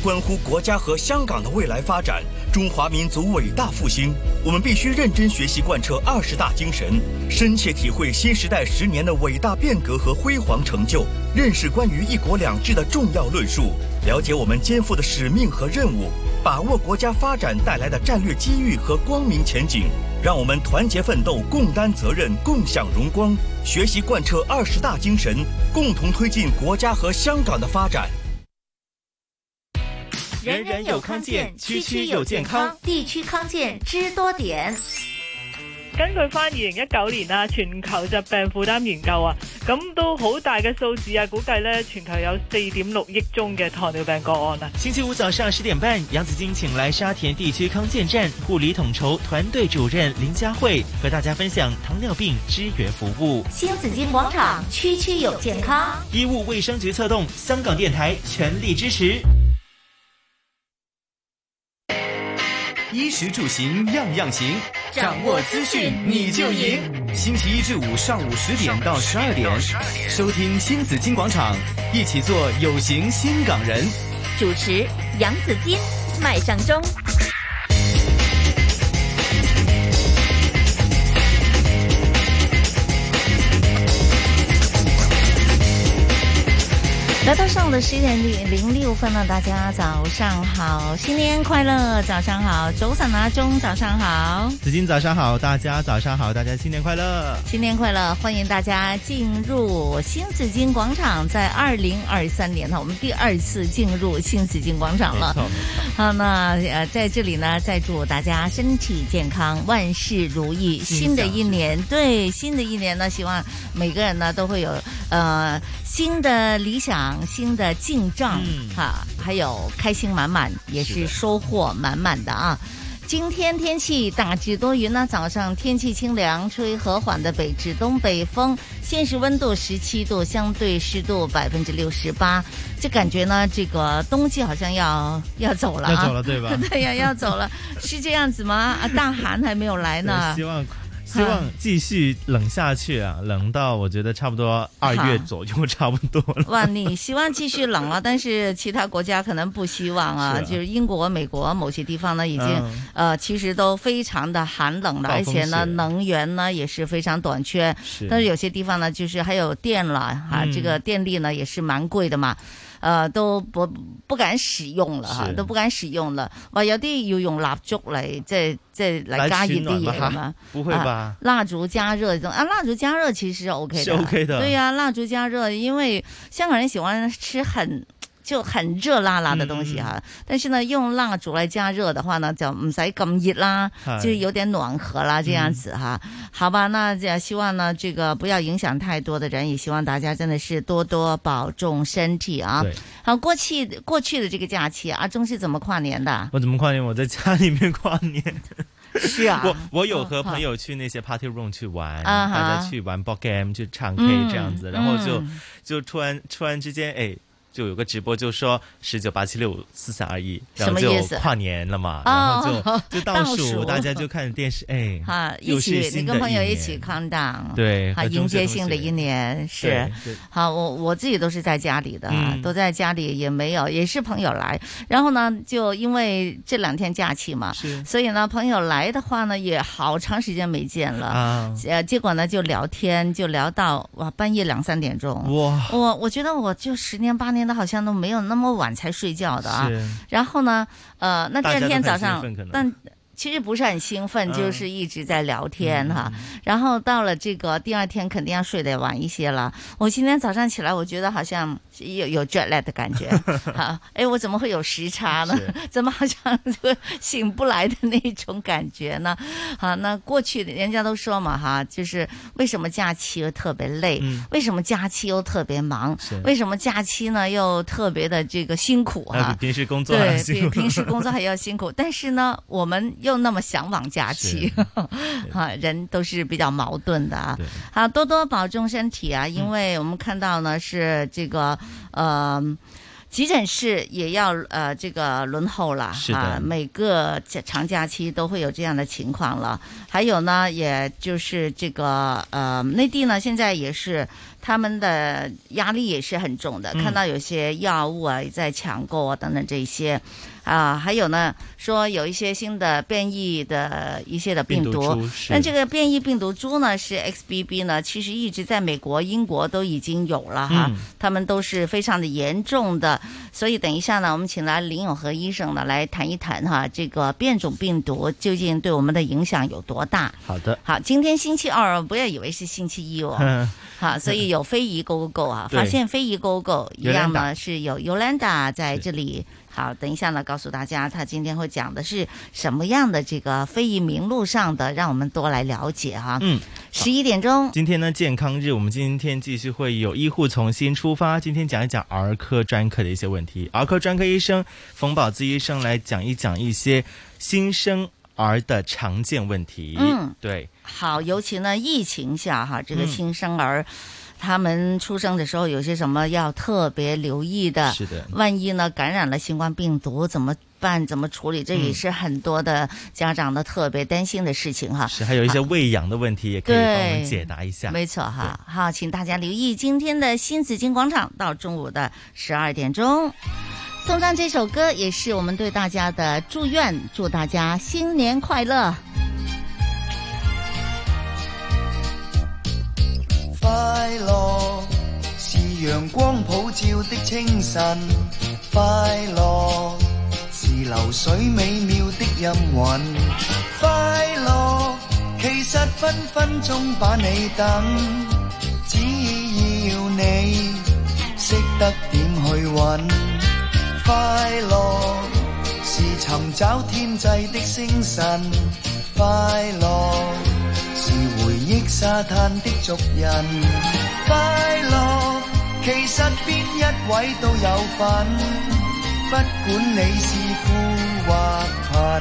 关乎国家和香港的未来发展，中华民族伟大复兴。我们必须认真学习贯彻20大精神，深切体会新时代10年的伟大变革和辉煌成就，认识关于一国两制的重要论述，了解我们肩负的使命和任务，把握国家发展带来的战略机遇和光明前景。让我们团结奋斗，共担责任，共享荣光，学习贯彻20大精神，共同推进国家和香港的发展。 人人有康健，區區有健康，地區康健知多點。 根據翻2019年啊全球疾病負擔研究啊，咁都好大嘅數字啊，估計咧全球有4.6億宗嘅糖尿病個案啊。 星期五早上10點半，楊子矜請來沙田地區康健站護理統籌團隊主任林佳慧，和大家分享糖尿病支援服務。 新紫荊廣場區區有健康， 醫務衛生局策動，香港電台全力支持。 衣食住行樣樣行，掌握資訊你就贏。星期一至五上午10點到12點，收聽新紫荊廣場，一起做有型新港人。 主持楊子矜、麥尚中。来到上午的11點06分了，大家早上好，新年快樂，早上好，早晨阿中早上好， 子矜早上好，大家早上好，大家新年快樂， 新年快樂，歡迎大家進入新紫荊廣場，在2023年我們第2次進入新紫荊廣場了。好，那在這裡呢，再祝大家身體健康，萬事如意。新的一年，對，新的一年呢，希望每個人呢都會有新的理想，新的進賬，還有開心滿滿，也是收穫滿滿的啊。今天天氣大致多雲呢，早上天氣清涼，吹和緩的北至東北風，現時溫度17度，相對濕度68%，就感覺呢，這個冬季好像要走了， 要走了，對吧？ 對呀，要走了，是這樣子嗎？大寒還沒有來呢。 希望繼續冷下去啊，冷到我覺得差不多2月左右差不多了。 哇，你希望繼續冷了，但是其他國家可能不希望啊。就是英國、美國某些地方呢，已經其實都非常的寒冷了，而且呢，能源呢也是非常短缺。但是有些地方呢，就是還有電了這個電力呢也是蠻貴的嘛。都不敢使用了哈，都不敢使用了。哇，有啲要用蠟燭嚟，即係嚟加熱啲嘢嘛？ 不會吧？ 蠟燭加熱這種啊，蠟燭加熱其實是 OK 的， 是 OK 的。 對呀，蠟燭加熱，因為香港人喜歡吃就很熱辣辣的東西哈，但是呢，用蠟燭來加熱的話呢，就唔使咁熱啦，就有點暖和啦，這樣子哈。好吧，那希望呢，這個不要影響太多的人，也希望大家真的是多多保重身體啊。 對。 好，過去的這個假期，阿中是怎麼跨年的？ 我怎麼跨年？我在家裏面跨年。 是啊， 我有和朋友去那些 party room 去玩，大家去玩 board game，去唱 K 這樣子，然後就突然之間，哎。就有個直播就說1987654321，然後就跨年了嘛，然後就倒數，大家就看電視，哎， 一起你跟朋友一起 count down， 對，迎接新的一年，是，好，我自己都是在家裡的，都在家裡，也是朋友來，然後呢，就因為這2天假期嘛，所以呢，朋友來的話呢，也好長時間沒見了，結果呢就聊天，就聊到哇半夜2、3點鐘，哇，我覺得我就10年8年。好像都沒有那麼晚才睡覺的啊，然後呢，那第2天早上，但其實不是很興奮，就是一直在聊天哈。然後到了這個第2天，肯定要睡得晚一些了。我今天早上起來，我覺得好像有 jet lag 的感覺，好，哎，我怎麼會有時差呢？怎麼好像醒不來的那種感覺呢？好，那過去人家都說嘛，哈，就是為什麼假期又特別累？為什麼假期又特別忙？為什麼假期呢又特別的這個辛苦哈？ 平時工作還辛苦， 對，平時工作還要辛苦，但是呢，我們又那麼向往假期，人都是比較矛盾的啊。好，多多保重身體啊，因為我們看到呢是這個急診室也要這個輪候了， 是的， 每個長假期都會有這樣的情況了。還有呢，也就是這個內地呢，現在也是他们的压力也是很重的，看到有些药物啊在抢购啊等等这些啊，还有呢说有一些新的变异的一些的病毒，但这个变异病毒株呢是 XBB 呢，其实一直在美国、英国都已经有了哈，他们都是非常的严重的，所以等一下呢，我们请来林永和医生呢来谈一谈哈，这个变种病毒究竟对我们的影响有多大？ 好的， 好，今天星期二，不要以为是星期一哦。好，所以有非遗 Go Go Go 啊，发现非遗 Go Go 一样呢，是有 Yolanda 在这里。好，等一下呢，告诉大家他今天会讲的是什么样的这个非遗名录上的，让我们多来了解哈。11点钟， 今天呢健康日，我们今天继续会有医护从新出发，今天讲一讲儿科专科的一些问题，儿科专科医生冯宝姿医生来讲一讲一些新生儿的常见问题。对， 好，尤其呢疫情下哈，这个新生儿。他们出生的时候有些什么要特别留意的？ 是的， 万一呢感染了新冠病毒怎么办？怎么处理？这也是很多的家长的特别担心的事情哈。 是，还有一些喂养的问题也可以帮我们解答一下。 没错哈，好，请大家留意今天的新紫荆广场到中午的12点钟。送上这首歌也是我们对大家的祝愿，祝大家新年快乐。 快樂是陽光普照的清晨，快樂是流水美妙的音韻，快樂其實分分鐘把你等，只要你識得點去揾，快樂是尋找天際的星辰，快樂是回憶沙灘的族人，快樂其實邊一位都有份，不管你是富或貧，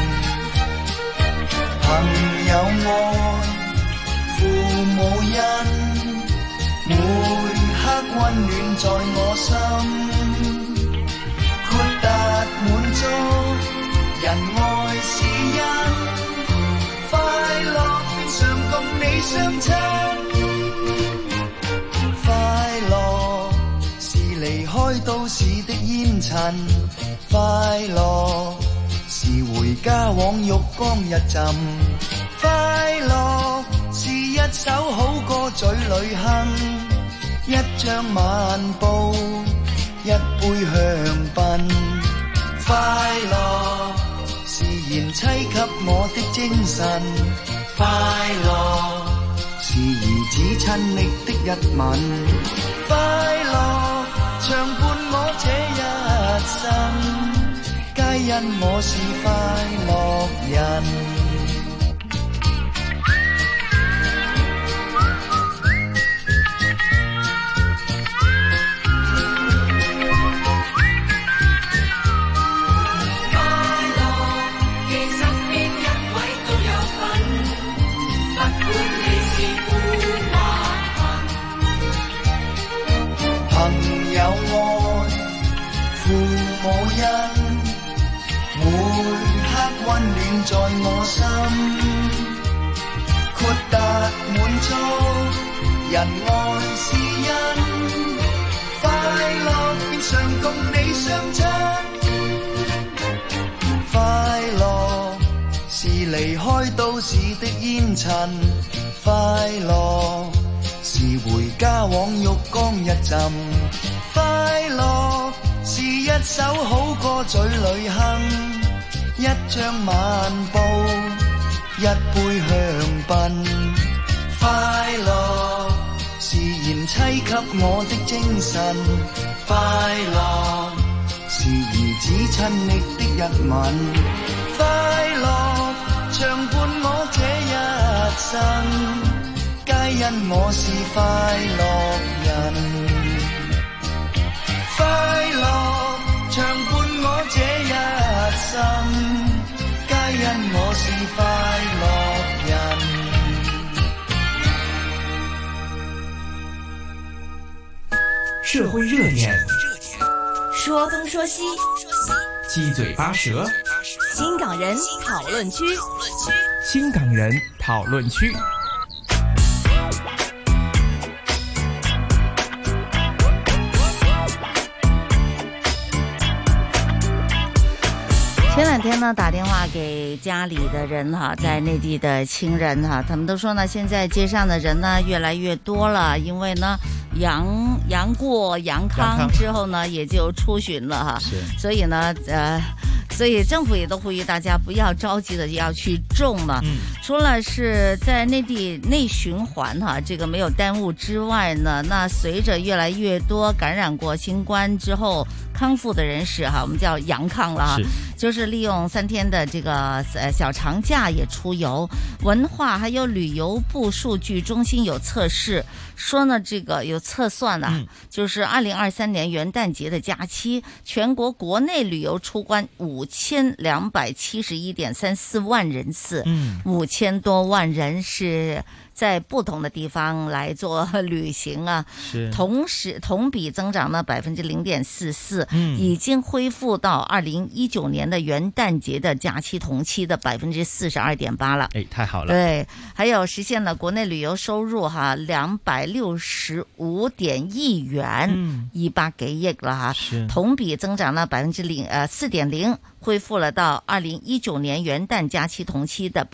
朋友愛，父母恩，每刻溫暖在我心，豁達滿足，人愛是因，快樂常共你相親，快樂是離開都市的煙塵，快樂是回家往浴缸一浸，快樂是一首好歌嘴裏哼，一張晚報，一杯香檳，快樂是賢妻給我的精神，快樂是兒子親昵的一吻，快樂長伴我這一生，皆因我是快樂人。溫暖在我心，豁達滿足，人愛是因，快樂便常共你相親，快樂是離開都市的煙塵，快樂是回家往浴缸一浸，快樂是一首好歌嘴裏哼，一張晚報，一杯香檳，快樂是賢妻給我的精神，快樂是兒子親昵的一吻，快樂長伴我這一生，皆因我是快樂人，快樂長伴我這一生，因我是快樂人。 社會熱點， 說東說西， 七嘴八舌， 新港人討論區， 新港人討論區。 前两天呢，打电话给家里的人哈，在内地的亲人哈，他们都说呢，现在街上的人呢越来越多了，因为呢阳过阳康之后呢，也就出巡了哈，所以呢所以政府也都呼吁大家不要着急的要去种了。除了是在内地内循环哈，这个没有耽误之外呢，那随着越来越多感染过新冠之后康复的人士哈，我们叫阳康了哈，就是利用3天的这个小长假也出游。文化还有旅游部数据中心有测试说呢，这个有测算啊，就是2023年元旦节的假期，全国国内旅游出关5271.34万人次，5000多万人是在不同的地方来做旅行啊，同时同比增长呢0.44%，已经恢复到2019年的元旦节的假期同期的42.8%了。 哎，太好了。 对，还有实现了国内旅游收入哈265亿元，18几億了哈，同比增長了4.0%，恢復了到2019年元旦假期同期的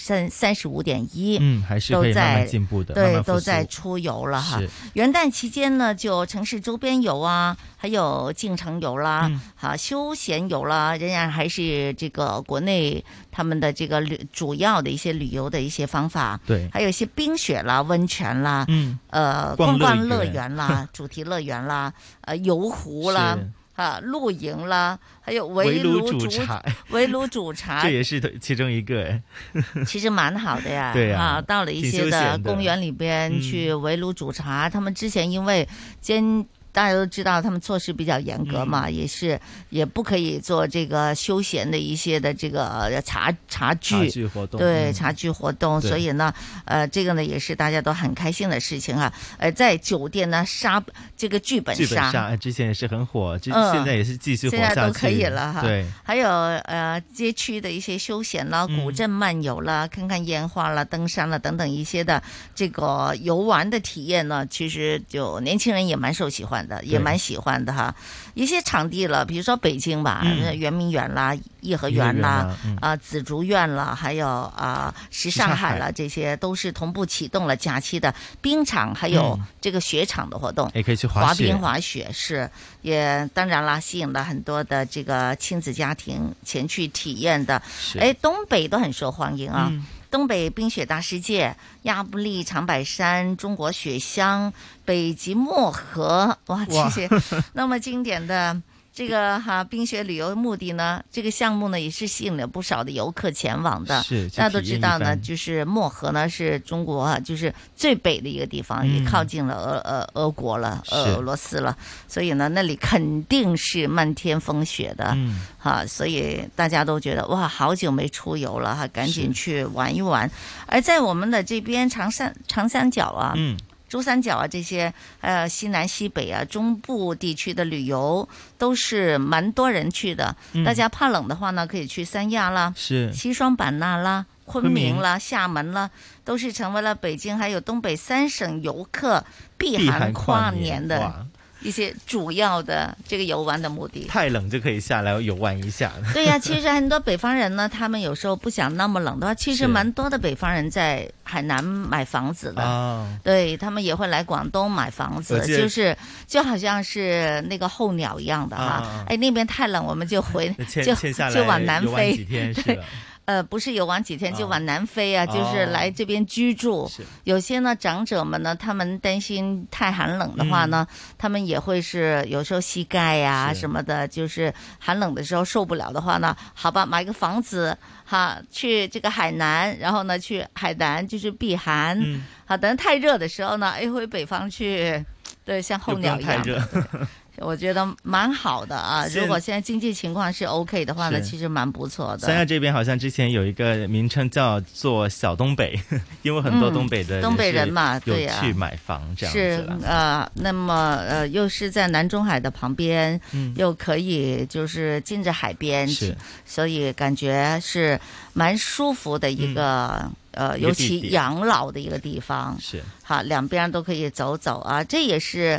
35.1%。 還是可以慢慢進步的， 對，都在出遊了哈。元旦期間呢，就城市周邊遊啊，還有進城遊啦，休閒遊啦，仍然還是這個國內他們的這個主要的一些旅遊的一些方法。 對， 還有一些冰雪啦、溫泉啦，逛樂園啦、主題樂園啦，遊湖啦。露營啦，還有圍爐煮茶， 這也是其中一個其實蠻好的呀。 對啊， 到了一些的公園裏邊去圍爐煮茶，他們之前因為大家都知道他們措施比較嚴格嘛，也不可以做這個休閒的一些的這個茶具活動， 對，茶具活動，所以呢，這個呢也是大家都很開心的事情哈。在酒店呢殺這個劇本殺， 之前也是很火，現在也是繼續火下去， 現在都可以了哈。 對， 還有街區的一些休閒啦、古鎮漫遊啦、看看煙花啦、登山啦等等一些的這個遊玩的體驗呢，其實就年輕人也蠻受喜歡的，也蠻喜歡的哈。一些場地了，比如說北京吧，圓明園啦、頤和園啦、紫竹院啦，還有什剎海啦，這些都是同步啟動了假期的冰場，還有這個雪場的活動， 也可以去滑冰滑雪，是也當然啦，吸引了很多的這個親子家庭前去體驗的。哎，東北都很受歡迎啊。東北冰雪大世界、亞布力長白山、中國雪鄉、北極漠河，哇，這些那麼經典的這個冰雪旅遊目的呢，這個項目呢也是吸引了不少的遊客前往的。大家都知道呢，就是漠河呢是中國就是最北的一個地方，也靠近了俄國了，俄羅斯了，所以呢那裡肯定是漫天風雪的。所以大家都覺得哇，好久沒出遊了哈，趕緊去玩一玩。而在我們的這邊長三角啊，珠三角啊，這些西南西北啊，中部地區的旅遊都是蠻多人去的。大家怕冷的話呢，可以去三亞啦，西雙版納啦、昆明啦、廈門啦，都是成為了北京還有東北3省遊客避寒跨年的一些主要的這個遊玩的目的。 太冷就可以下來遊玩一下。 對呀，其實很多北方人呢，他們有時候不想那麼冷的話，其實蠻多的北方人在海南買房子的。對，他們也會來廣東買房子，就好像是那個候鳥一樣的哈。哎，那邊太冷，我們就就往南飛。不是遊玩幾天就往南飛啊，就是來這邊居住。有些呢長者們呢，他們擔心太寒冷的話呢，他們也會是有時候膝蓋啊什麼的，就是寒冷的時候受不了的話呢，好吧，買個房子哈，去這個海南，然後呢去海南就是避寒。好，等太熱的時候呢，回北方去，對，像候鳥一樣的。我覺得蠻好的啊！如果現在經濟情況是 OK 的話呢，其實蠻不錯的。 三亞這邊好像之前有一個名稱叫做小東北，因為很多東北的東北人嘛， 有去買房這樣子。 是那麼又是在南中海的旁邊，又可以就是近着海邊，所以感覺是蠻舒服的一個尤其養老的一個地方。是，好，兩邊都可以走走啊，這也是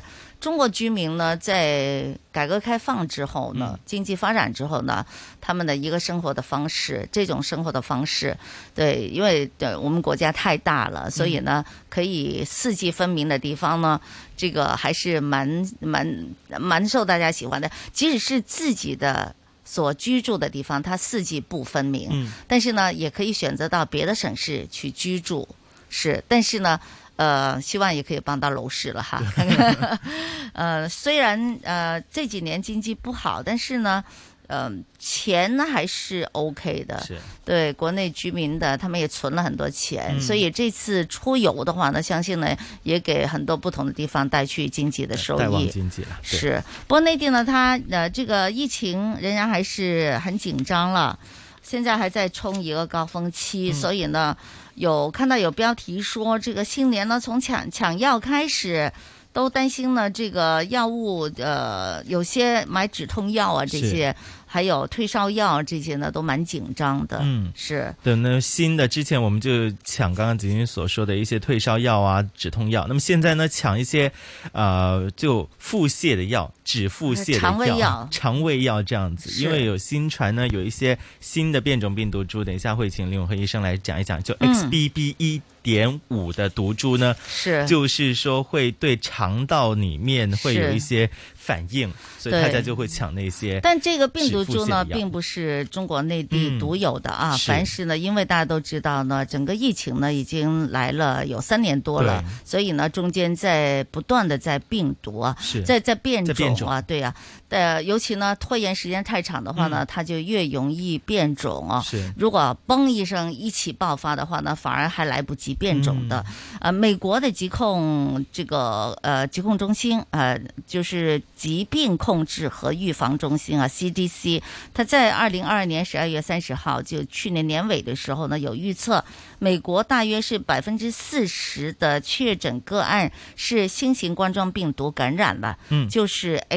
中国居民呢，在改革开放之后呢，经济发展之后呢，他们的一个生活的方式，这种生活的方式，对，因为我们国家太大了，所以呢，可以四季分明的地方呢，这个还是蛮受大家喜欢的，即使是自己的所居住的地方，它四季不分明，但是呢，也可以选择到别的省市去居住，是，但是呢。希望也可以帮到楼市了哈。虽然这几年经济不好，但是呢，钱呢还是 OK 的。是，对国内居民的，他们也存了很多钱，所以这次出游的话呢，相信呢也给很多不同的地方带去经济的收益， 带旺经济了。 是，不过内地呢，它这个疫情仍然还是很紧张了，现在还在冲一个高峰期，所以呢。有看到有标题说，这个新年呢，从抢药开始，都担心呢，这个药物有些买止痛药啊这些，还有退烧药这些呢，都蛮紧张的。是。 对，那新的之前我们就抢刚刚子君所说的一些退烧药啊、止痛药，那么现在呢，抢一些就腹泻的药。止腹泻的肠胃药这样子，因为有新传呢，有一些新的变种病毒株，等一下会请林永和医生来讲一讲，就 XBB1.5 的毒株呢，是就是说会对肠道里面会有一些反应，所以大家就会抢那些。 但这个病毒株呢，并不是中国内地独有的啊，凡是呢，因为大家都知道呢，整个疫情呢已经来了有3年多了，所以呢，中间在不断的在病毒啊，在变种。啊，对呀，尤其呢，拖延时间太长的话呢，它就越容易变种啊。是，如果嘣一声一起爆发的话呢，反而还来不及变种的。美国的疾控中心就是疾病控制和预防中心啊 CDC， 它在2022年12月30号，就去年年尾的时候呢，有预测，美国大约是40%的确诊个案是新型冠状病毒感染了，就是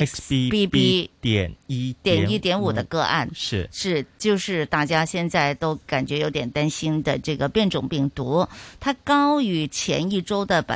。XBB.1.5 的个案是就是大家现在都感觉有点担心的这个变种病毒，它高于前一周的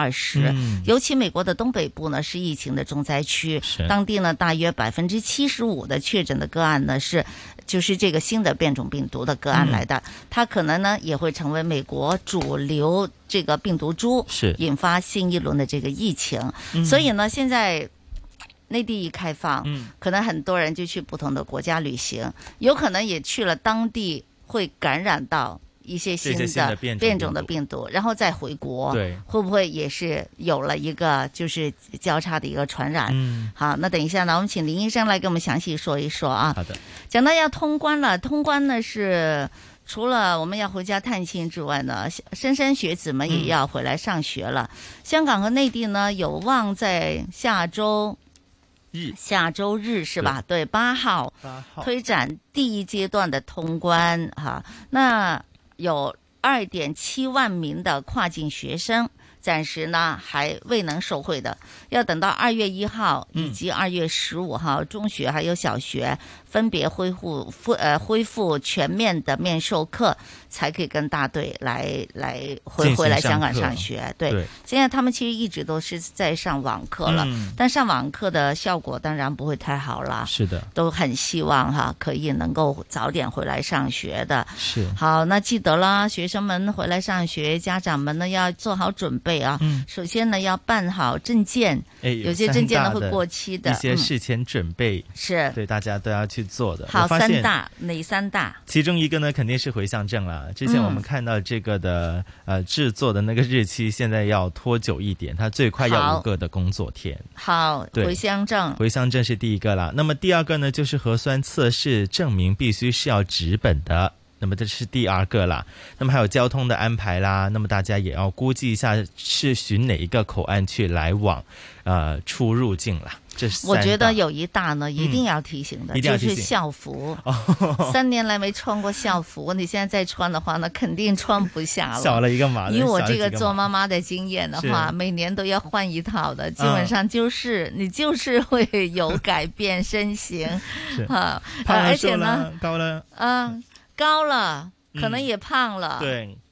20%，尤其美国的东北部呢是疫情的重灾区，当地呢大约75%的确诊的个案呢就是这个新的变种病毒的个案来的，它可能呢也会成为美国主流这个病毒株，是引发新一轮的这个疫情，所以呢现在。内地一开放，可能很多人就去不同的国家旅行，有可能也去了当地会感染到一些新的变种的病毒，然后再回国，对，会不会也是有了一个就是交叉的一个传染？好，那等一下呢，我们请林医生来给我们详细说一说啊。好的，讲到要通关了，通关呢是。除了我们要回家探亲之外呢，莘莘学子们也要回来上学了。香港和内地呢，有望在下周日是吧？对，8号推展第一阶段的通关哈。那有2.7万名的跨境学生，暂时呢还未能受惠的，要等到2月1号以及2月15号，中学还有小学分别恢复全面的面授课，才可以跟大队来回来香港上学。对，现在他们其实一直都是在上网课了，但上网课的效果当然不会太好了。是的，都很希望哈可以能够早点回来上学的。是，好，那记得啦，学生们回来上学，家长们呢要做好准备啊。首先呢要办好证件，有些证件呢会过期的， 一些事前准备是对大家都要去做的。 好，哪三大？ 其中一个呢肯定是回乡证了。之前我们看到这个的制作的那个日期，现在要拖久一点，它最快要5个的工作天。好，回乡证是第一个啦。那么第二个呢，就是核酸测试证明必须是要纸本的。那么这是第2个啦，那么还有交通的安排啦，那么大家也要估计一下是循哪一个口岸去来往出入境啦。这是我觉得有一大呢一定要提醒的，就是校服。3年来没穿过校服，你现在再穿的话呢，肯定穿不下了， 少了一个码。 以我这个做妈妈的经验的话，每年都要换一套的，基本上你就是会有改变身形而且呢高了高了，可能也胖了。 对，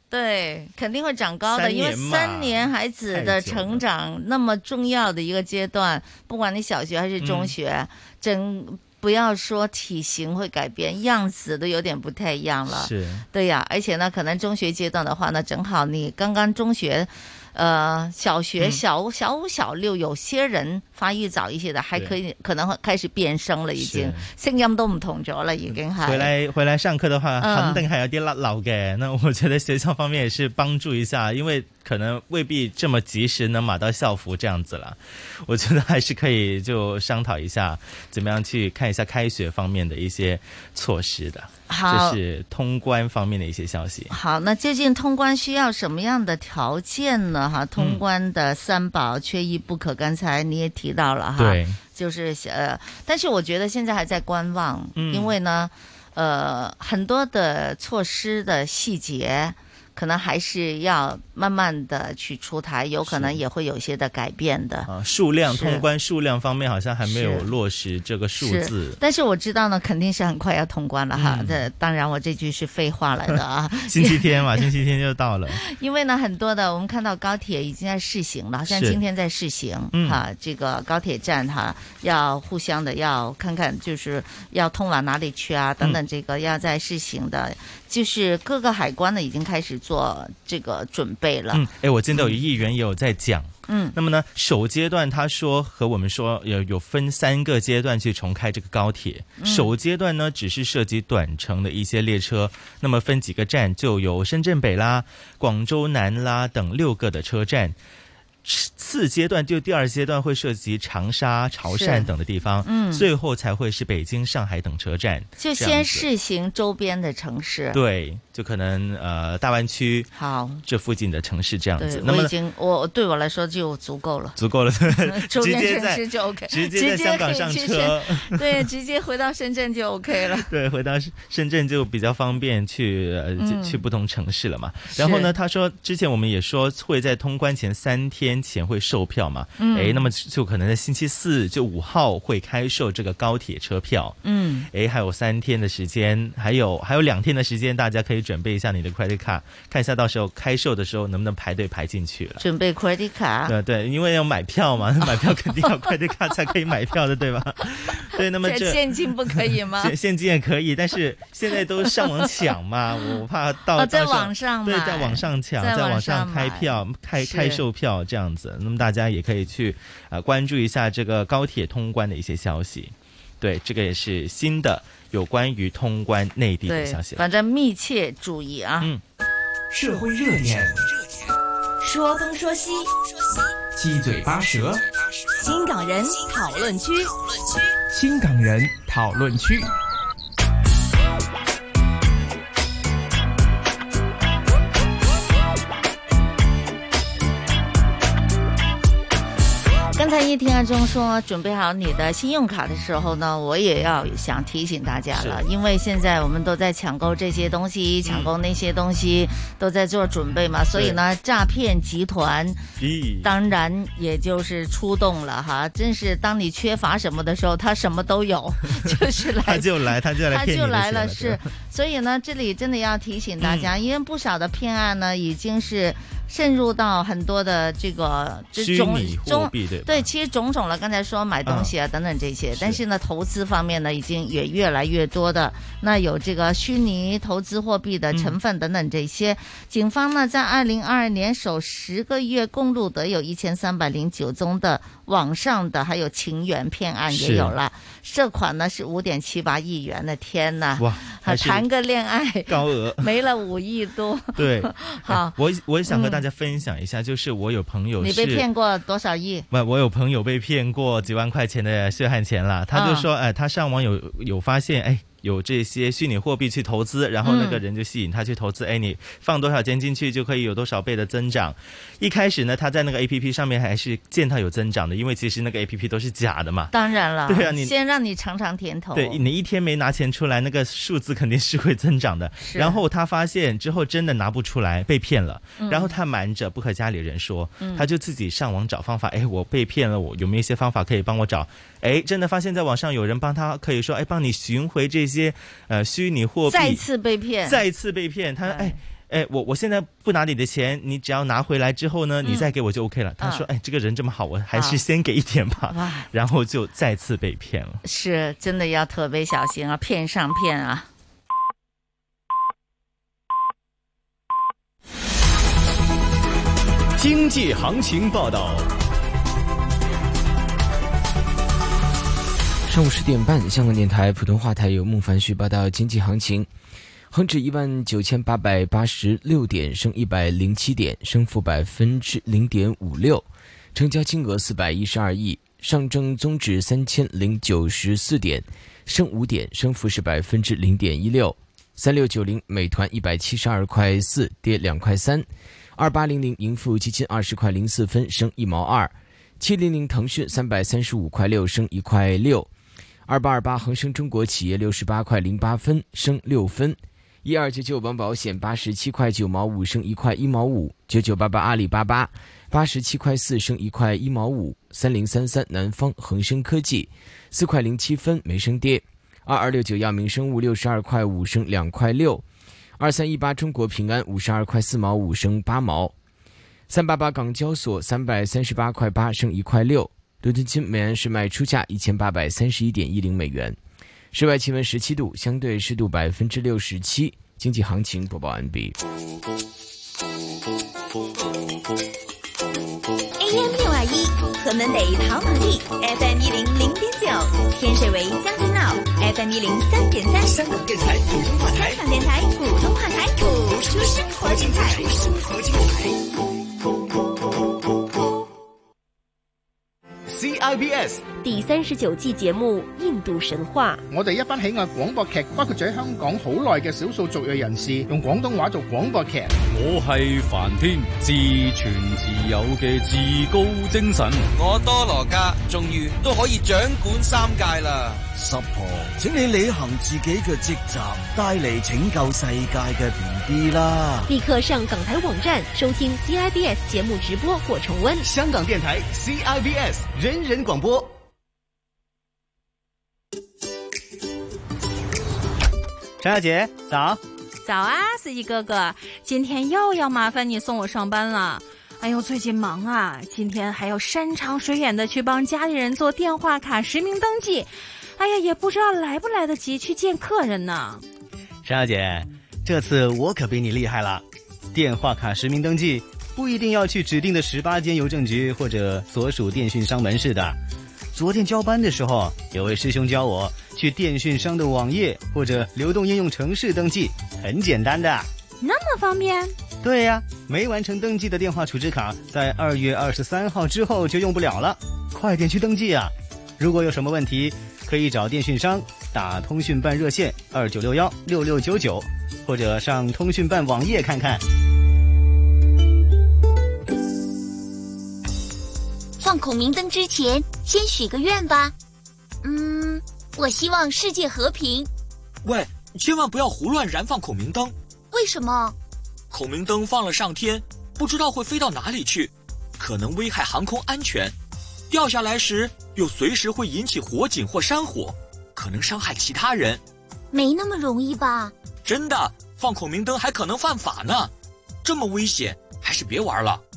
对，肯定会长高的，因为3年孩子的成长那么重要的一个阶段，不管你小学还是中学，不要说体型会改变，样子都有点不太一样了。 是， 对呀，而且呢，可能中学阶段的话呢，正好你刚刚中学。小学小5、小6，有些人發育早一些的，還可能開始變聲了，已經聲音都唔同咗了，已經係。 回來上課的話，肯定係有啲甩漏嘅。那我覺得學校方面也是幫助一下，因為可能未必這麼及時能買到校服這樣子了。我覺得還是可以就商討一下，怎麼樣去看一下開學方面的一些措施的。這是通關方面的一些消息。 好，那究竟通關需要什麼樣的條件呢？哈，通關的3寶缺一不可，剛才你也提到了哈， 對， 就是但是我覺得現在還在觀望，因為呢，很多的措施的細節。可能還是要慢慢的去出台，有可能也會有些的改變的。 數量通關數量方面好像還沒有落實這個數字。 但是我知道呢，肯定是很快要通關了哈。當然我這句是廢話來的啊。 星期天嘛，星期天就到了。 因為呢，很多的我們看到高鐵已經在試行了，好像今天在試行哈。這個高鐵站哈，要互相的要看看，就是要通往哪裡去啊，等等，這個要在試行的。就是各個海關呢已經開始做這個準備了。 我見到有議員也有在講。那麼呢，首階段他說和我們說有分3個階段去重開這個高鐵。首階段呢，只是涉及短程的一些列車，那麼分幾個站，就有深圳北啦、廣州南啦等6個的車站。次階段就第2階段會涉及長沙、潮汕等的地方，最後才會是北京、上海等車站。 就先試行周邊的城市， 對，就可能大灣區好這附近的城市這樣子。 那麼對我來說就足夠了， 足夠了， 周邊城市就 OK， 直接在香港上車， 對，直接回到深圳就 OK 了。 對，回到深圳就比較方便去不同城市了嘛。然後呢，他說之前我們也說會在通關前3天前會售票嘛，那麼就可能在星期4就5號會開售這個高鐵車票，還有3天的時間，還有2天的時間，大家可以準備一下你的 credit card， 看一下到時候開售的時候能不能排隊排進去了。 準備 credit card， 對，因為要買票嘛，買票肯定要 credit card 才可以買票的，對吧？對，那麼現金不可以嗎？ 現金也可以，但是現在都上網搶嘛，我怕到在網上買， 對，在網上搶，在網上開票開售票這樣子。那麼大家也可以去關注一下這個高鐵通關的一些消息。對，這個也是新的有關於通關內地的消息。 反正密切注意啊。 社會熱點， 說東說西， 七嘴八舌， 新港人討論區， 新港人討論區。 剛才一聽阿忠說準備好你的信用卡的時候呢，我也要想提醒大家了，因為現在我們都在搶購這些東西，搶購那些東西，都在做準備嘛，所以呢，詐騙集團當然也就是出動了哈，真是當你缺乏什麼的時候，他什麼都有，就是來他就來了， 是，所以呢，這裡真的要提醒大家，因為不少的騙案呢，已經是滲入到很多的這個虛擬貨幣對，其實種種了，剛才說買東西啊等等這些，但是呢，投資方面呢，已經也越來越多的，那有這個虛擬投資貨幣的成分等等這些，警方呢在2022年首10個月共錄得有1309宗的網上的，還有情緣騙案也有了，涉款呢是5.78億元的，天哪！哇，談個戀愛高額沒了5億多， 對，好，我也想和大家分享一下，就是我有朋友， 你被騙過多少億？ 我有朋友被騙過幾萬塊錢的血汗錢了，他就說，他上網有發現，有這些虛擬貨幣去投資，然後那個人就吸引他去投資，你放多少錢進去就可以有多少倍的增長。一開始呢，他在那個 APP 上面還是見他有增長的，因為其實那個 APP 都是假的嘛。 當然了， 對啊， 先讓你嘗嘗甜頭。 對，你一天沒拿錢出來，那個數字肯定是會增長的。然後他發現之後真的拿不出來，被騙了。然後他瞞着不和家裡人說，他就自己上網找方法。我被騙了，我有沒有一些方法可以幫我找？真的發現在網上有人幫他，可以說，幫你尋回這些虛擬貨幣。 再次被騙。 他我现在不拿你的钱，你只要拿回来之后呢，你再给我就 OK 了。他说这个人这么好，我还是先给一点吧。然后就再次被骗了。 是真的要特别小心啊，骗上骗啊。 经济行情报道。 上午10点半，香港电台普通话台由孟凡旭报道经济行情。恒指19886点，升107点，升幅0.56%，成交金额412亿。上证综指3094点，升5点，升幅是0.16%。3690美团172块4，跌2块3。2800盈富基金20块04分，升1毛2。700腾讯335块6，升1块6。2828恒生中国企业68块08分，升6分。1299王保险87块9毛5，升1块1毛5。9988阿里巴巴87块4，升1块1毛5。3033南方恒生科技4块07分，没升跌。2269药明生物62块5，升2块6。2318中国平安52块4毛5，升8毛。388港交所338块8，升1块6。伦敦金每安士卖出价1831.10美元。室外气温17度，相对湿度67%。经济行情播报完毕。 AM621河门北跑马地 FM100.9，天水围将军澳 FM103.3， 香港电台普通话台， 香港电台普通话台，谱出生活精彩。 CIBS 第39季節目《印度神話》。 我哋一班喜愛廣播劇，包括咗喺香港好耐嘅少數族裔人士，用廣東話做廣播劇。 我係梵天，自存自有嘅至高精神。 我多羅家，終於都可以掌管3界啦。 濕婆，請你履行自己嘅職責，帶嚟拯救世界嘅 BB 啦！ 立刻上港台網站收聽 CIBS 節目直播或重溫。 香港電台 CIBS 人人廣播。 陈小姐，早！ 早啊，司机哥哥，今天又要麻烦你送我上班了。哎呦，最近忙啊，今天还要山长水远的去帮家里人做电话卡实名登记。哎呀，也不知道来不来得及去见客人呢。 陈小姐，这次我可比你厉害了。电话卡实名登记不一定要去指定的18间邮政局或者所属电讯商门市的。昨天交班的时候，有位师兄教我去电讯商的网页或者流动应用程式登记，很简单的。 那么方便？ 对呀，没完成登记的电话储值卡在2月23号之后就用不了了，快点去登记啊！如果有什么问题，可以找电讯商打通讯办热线29616699，或者上通讯办网页看看。 放孔明灯之前，先许个愿吧。我希望世界和平。 喂，千万不要胡乱燃放孔明灯。 为什么？ 孔明灯放了上天，不知道会飞到哪里去，可能危害航空安全。掉下来时，又随时会引起火警或山火，可能伤害其他人。 没那么容易吧？ 真的，放孔明灯还可能犯法呢。这么危险，还是别玩了。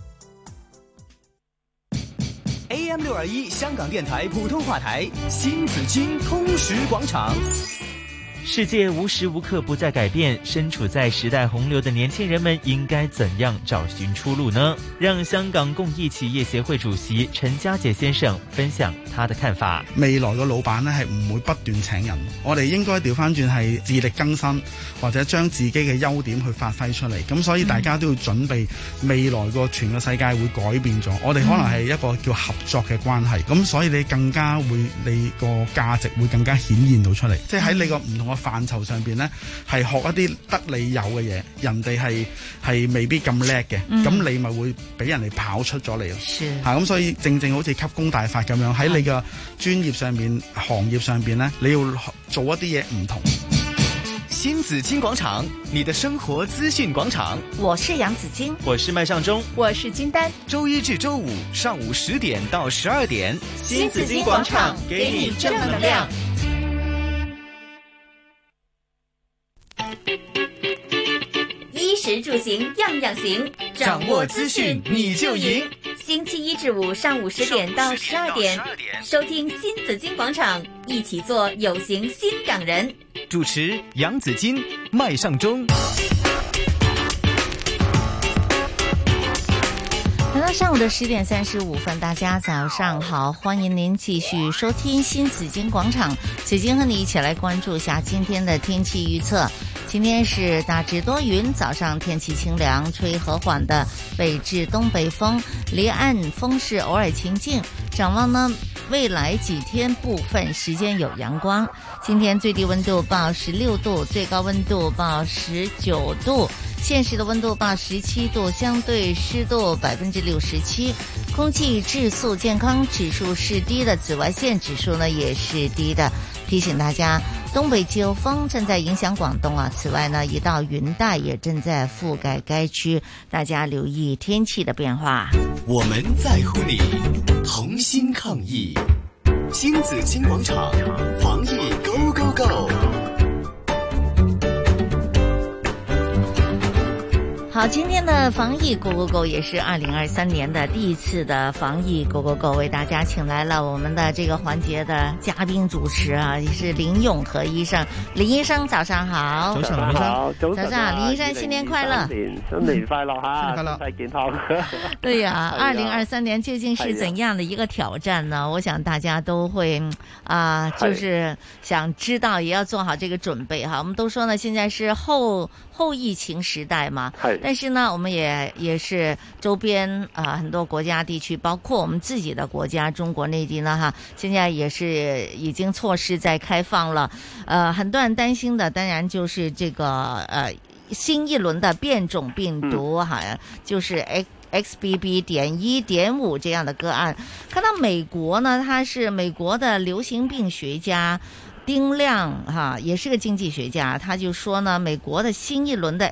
AM621 香港电台普通话台，新紫金通识广场。 世界无时无刻不在改变，身处在時代洪流的年輕人們應該怎樣找尋出路呢？讓香港共益企業協會主席陳家傑先生分享他的看法。 未來嘅老闆呢係唔會不斷請人，我哋應該調翻轉係自力更生，或者將自己嘅優點去發揮出嚟。咁所以大家都要準備未來個全個世界會改變咗，我哋可能係一個叫合作嘅關係。咁所以你更加會你個價值會更加顯現到出嚟，即係喺你個唔同嘅範疇上邊呢，係學一啲得你有嘅嘢，人哋係未必咁叻嘅，咁你咪會俾人哋跑出咗嚟咯。咁所以正好似吸功大法咁樣，喺你嘅專業上面、行業上邊呢，你要做一啲嘢唔同。 新紫金廣場，你的生活資訊廣場。 我是楊子矜， 我是麥尚中， 我是金丹。 周一至周五上午10點到12點， 新紫金廣場給你正能量。 食住行样样行， 掌握资讯你就赢。 星期一至五上午10点到12点，收听新紫金广场，一起做有型新港人。 主持杨紫金、麦尚中。 来到上午的10点35分，大家早上好，欢迎您继续收听新紫金广场。紫金和你一起来关注一下今天的天气预测。今天是大致多云，早上天气清凉，吹和缓的北至东北风，离岸风势偶尔清劲。展望呢，未来几天部分时间有阳光。今天最低温度报16度，最高温度报19度。现时的温度报17度，相对湿度67%，空气质素健康指数是低的，紫外线指数呢也是低的。提醒大家，东北季候风正在影响广东啊。此外呢，一道云带也正在覆盖该区，大家留意天气的变化。 我们在乎你，同心抗疫。新紫金广场，防疫 Go Go Go！ 好，今天的防疫 Go Go Go 也是2023年的第一次的防疫 Go Go Go， 为大家请来了我们的这个环节的嘉宾主持啊，也是林永和医生。林医生早上好。 早上好， 早上，林医生新年快乐， 新年快乐哈，新年快乐，身体健康。 对呀，2023年究竟是怎样的一个挑战呢？我想大家都会就是想知道，也要做好这个准备哈。我们都说呢，现在是后疫情时代嘛。但是呢，我们也是周边很多国家地区，包括我们自己的国家中国内地呢哈，现在也是已经措施在开放了。很多人担心的当然就是这个新一轮的变种病毒哈，就是 XBB.1.5 这样的个案。看到美国呢，他是美国的流行病学家丁亮哈，也是个经济学家，他就说呢，美国的新一轮的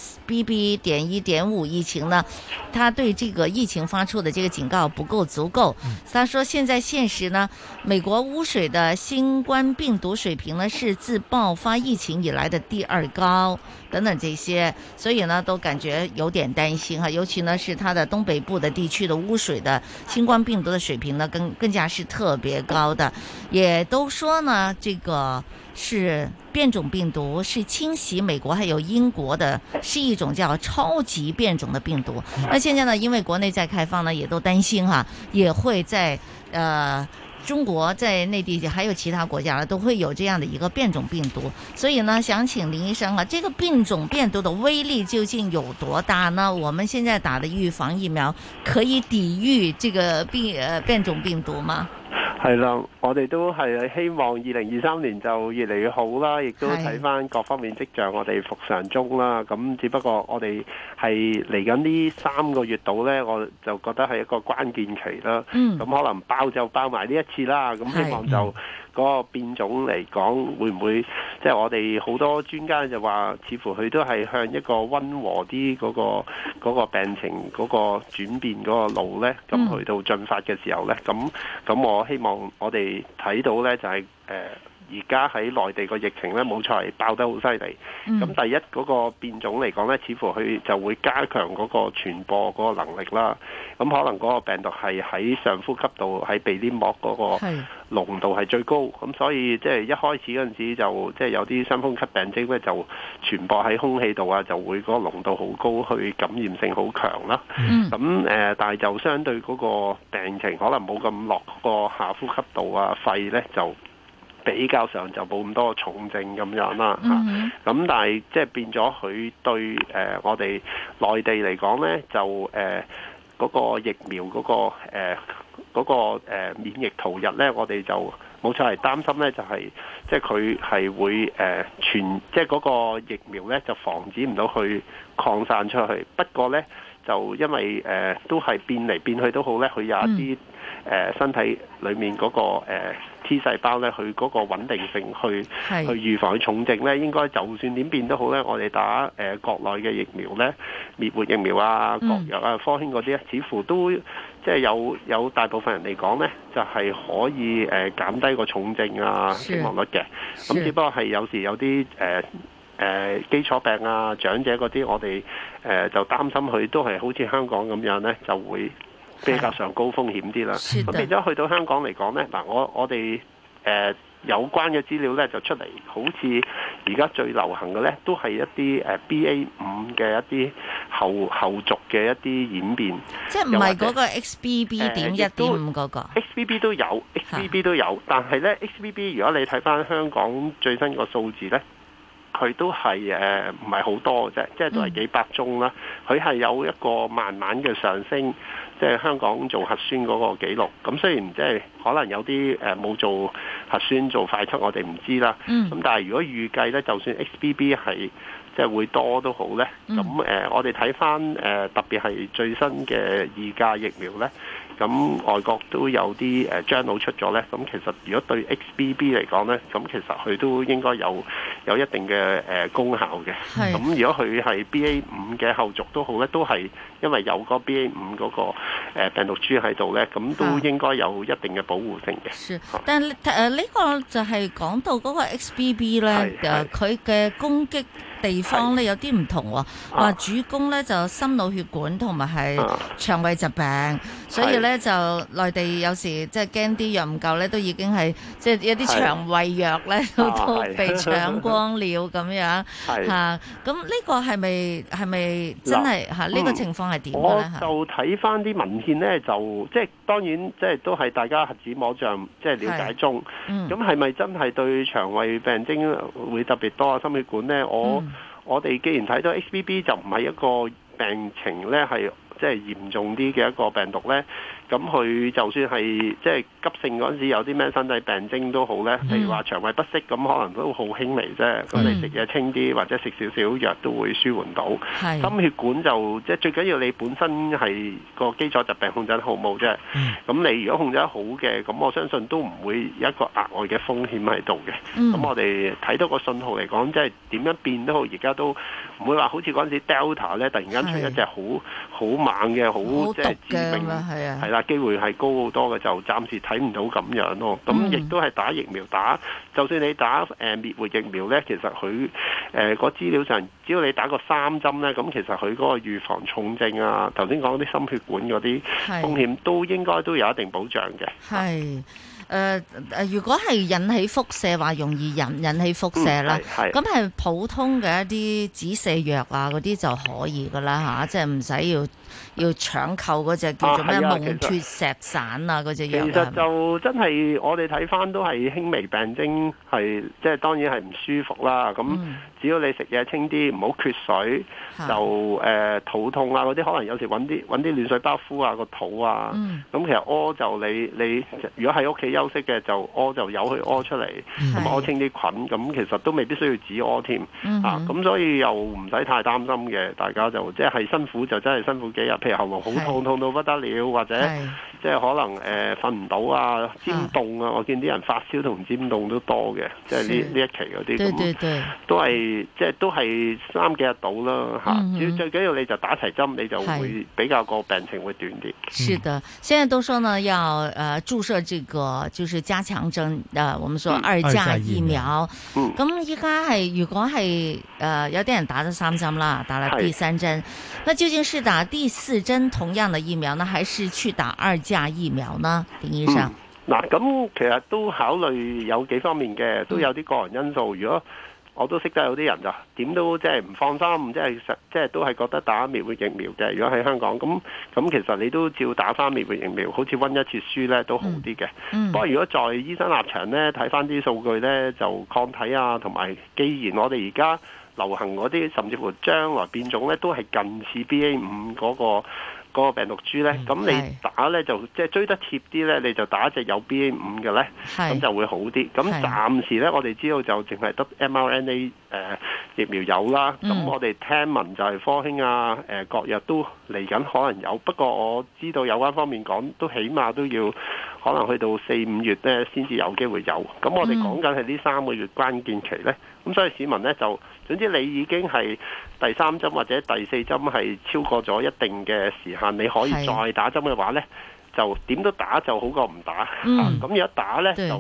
XBB.1.5 疫情呢，他对这个疫情发出的这个警告不够足够。他说现在现实呢，美国污水的新冠病毒水平呢是自爆发疫情以来的第2高等等这些，所以呢都感觉有点担心哈，尤其呢是它的东北部的地区的污水的新冠病毒的水平呢更加是特别高的，也都说呢这个是变种病毒是侵袭美国还有英国的，是一种叫超级变种的病毒。那现在呢，因为国内在开放呢，也都担心哈，也会在中国在内地还有其他国家呢，都会有这样的一个变种病毒。所以呢，想请林医生啊，这个变种病毒的威力究竟有多大呢？我们现在打的预防疫苗可以抵御这个变种病毒嗎？ 係啦，我哋都係希望2023年就越嚟越好啦，亦都睇翻各方面跡象，我哋復常中啦。咁只不過我哋係嚟緊呢3個月度呢，我就覺得係一個關鍵期啦。咁可能爆就爆埋呢一次啦。咁希望就嗰個變種嚟講，會唔會即係我哋好多專家就話，似乎佢都係向一個溫和啲嗰個病情嗰個轉變嗰個路呢，咁去到進發嘅時候呢，咁我希望我哋睇到呢，就係而家喺內地個疫情呢，冇錯係爆得好犀利。咁第一嗰個變種嚟講呢，似乎佢就會加強嗰個傳播嗰個能力啦。咁可能嗰個病毒係喺上呼吸道喺鼻黏膜嗰個濃度係最高。咁所以即係一開始嗰陣時就即係有啲傷風咳病徵呢，就傳播喺空氣度啊，就會嗰個濃度好高，去感染性好強啦。咁但係就相對嗰個病情可能冇咁落嗰個下呼吸道啊、肺呢，就比較上就冇咁多重症咁樣啦嚇。咁但係即係變咗佢對我哋內地嚟講呢，就嗰個疫苗嗰個免疫逃逸呢，我哋就冇錯係擔心呢，就係即係佢係會即係嗰個疫苗呢，就防止唔到去擴散出去。不過呢，就因為都係變嚟變去都好呢，佢有一啲身體裏面嗰個T 細胞咧，佢嗰個穩定性去預防重症咧，應該就算點變都好咧，我哋打國內嘅疫苗咧，滅活疫苗啊、國藥啊、科興嗰啲咧，似乎都即係有大部分人嚟講咧，就係可以減低個重症啊死亡率嘅。咁只不過係有時有啲基礎病啊、長者嗰啲，我哋就擔心佢都係好似香港咁樣呢，就會比較上高風險啲啦。咁變咗去到香港嚟講呢，嗱我哋有關嘅資料呢就出嚟，好似而家最流行嘅呢都係一啲BA5嘅一啲後續嘅一啲演變， 即係唔係嗰個 XBB.1.5 嗰個 ？XBB 都有，XBB 都有，但係呢 XBB 如果你睇翻香港最新個數字呢，佢都係唔係好多嘅啫，即係都係幾百宗啦。佢係有一個慢慢嘅上升，即係香港做核酸嗰個記錄。咁雖然即係可能有啲冇做核酸做快測，我哋唔知啦。咁但係如果預計呢，就算 XBB 係即係會多都好呢。咁我哋睇翻特別係最新嘅2價疫苗呢。咁外國都有啲journal出咗呢。咁其實如果對 XBB 嚟講呢，咁其實佢都應該有一定嘅功效嘅。咁如果佢係 BA5 嘅後續都好呢，都係因為有個 BA5 嗰個病毒株喺度呢，咁都應該有一定嘅保護性嘅。 但係呢個就係講到嗰個 XBB 呢，佢嘅攻擊地方咧有啲唔同喎，話主攻咧就心腦血管同埋係腸胃疾病，所以咧就內地有時即係驚啲藥唔夠咧，都已經係即係一啲腸胃藥咧都被搶光了咁樣嚇。咁呢個係咪真係嚇？呢個情況係點嘅咧？ 我就睇翻啲文獻咧，就即係當然即係都係大家瞎子摸象，即係了解中。咁係咪真係對腸胃病徵會特別多啊？心血管咧，我哋既然睇到 XBB 就唔係一個病情咧，係即係嚴重啲嘅一個病毒咧，咁佢就算係即係急性嗰陣時有啲咩身體病徵都好咧，譬如話腸胃不適咁，可能都好輕微啫。咁你食嘢清啲或者食少少藥都會舒緩到。心血管就即係最緊要你本身係個基礎疾病控制得好冇啫。咁你如果控制得好嘅，咁我相信都唔會有一個額外嘅風險喺度嘅。咁我哋睇到個信號嚟講，即係點樣變都好，而家都唔會話好似嗰陣時 Delta 咧，突然間出一隻好猛嘅好即係致命係啦，機會係高好多嘅，就暫時睇唔到咁樣咯。咁亦都係打疫苗就算你打滅活疫苗咧，其實佢個資料上，只要你打過3針咧，咁其實佢嗰個預防重症啊，頭先講啲心血管嗰啲風險都應該都有一定保障嘅。 係。如果係引起輻射，話容易引起輻射啦，咁係普通嘅一啲止瀉藥啊嗰啲就可以噶啦嚇，即係唔使要搶購嗰隻叫做咩蒙脱石散啊嗰隻藥。其實就真係我哋睇翻都係輕微病徵，係即係當然係唔舒服啦。咁只要你食嘢清啲，唔好缺水，就肚痛啊嗰啲，可能有時揾啲暖水包敷下個肚啊。咁其實屙就你如果喺屋企休息嘅就屙就由佢屙出嚟，咁屙清啲菌，咁其實都未必需要止屙添。咁所以又唔使太擔心嘅，大家就即係辛苦就真係辛苦幾日，譬如喉嚨好痛到不得了，或者即係可能瞓唔到啊、尖凍啊，我見啲人發燒同尖凍都多嘅，即係呢一期嗰啲，都係即係都係3幾日到啦嚇。最緊要你就打齊針，你就會比較個病情會短啲。 是的，現在都說呢要注射這個就是加強針，我們說2價疫苗。咁依家係如果係有啲人打咗3針啦，打了第3針，那究竟是打第4針同樣的疫苗呢，還是去打2價疫苗呢？丁醫生。 嗱，咁其實都考慮有幾方面嘅，都有啲個人因素。如果我都識得有啲人就點都即係唔放心，即係都係覺得打滅活疫苗嘅。如果喺香港咁其實你都照打翻滅活疫苗，好似溫一次書咧都好啲嘅。不過如果在醫生立場咧睇翻啲數據咧，就抗體啊，同埋既然我哋而家流行嗰啲，甚至乎將來變種咧都係近似 BA5 嗰個病毒株咧，咁你打咧就即係追得貼啲咧，你就打一隻有 BA5 嘅咧，咁就會好啲。咁暫時咧，我哋知道就淨係得 mRNA 疫苗有啦。咁我哋聽聞就係科興啊、國藥都嚟緊可能有，不過我知道有關方面講都起碼都要可能去到4-5月咧先至有機會有。咁我哋講緊係呢3個月關鍵期咧，咁所以市民咧就總之你已經係第3針或者第4針係超過咗一定嘅時限，你可以再打針嘅話咧，就點都打就好過唔打。咁如果打咧就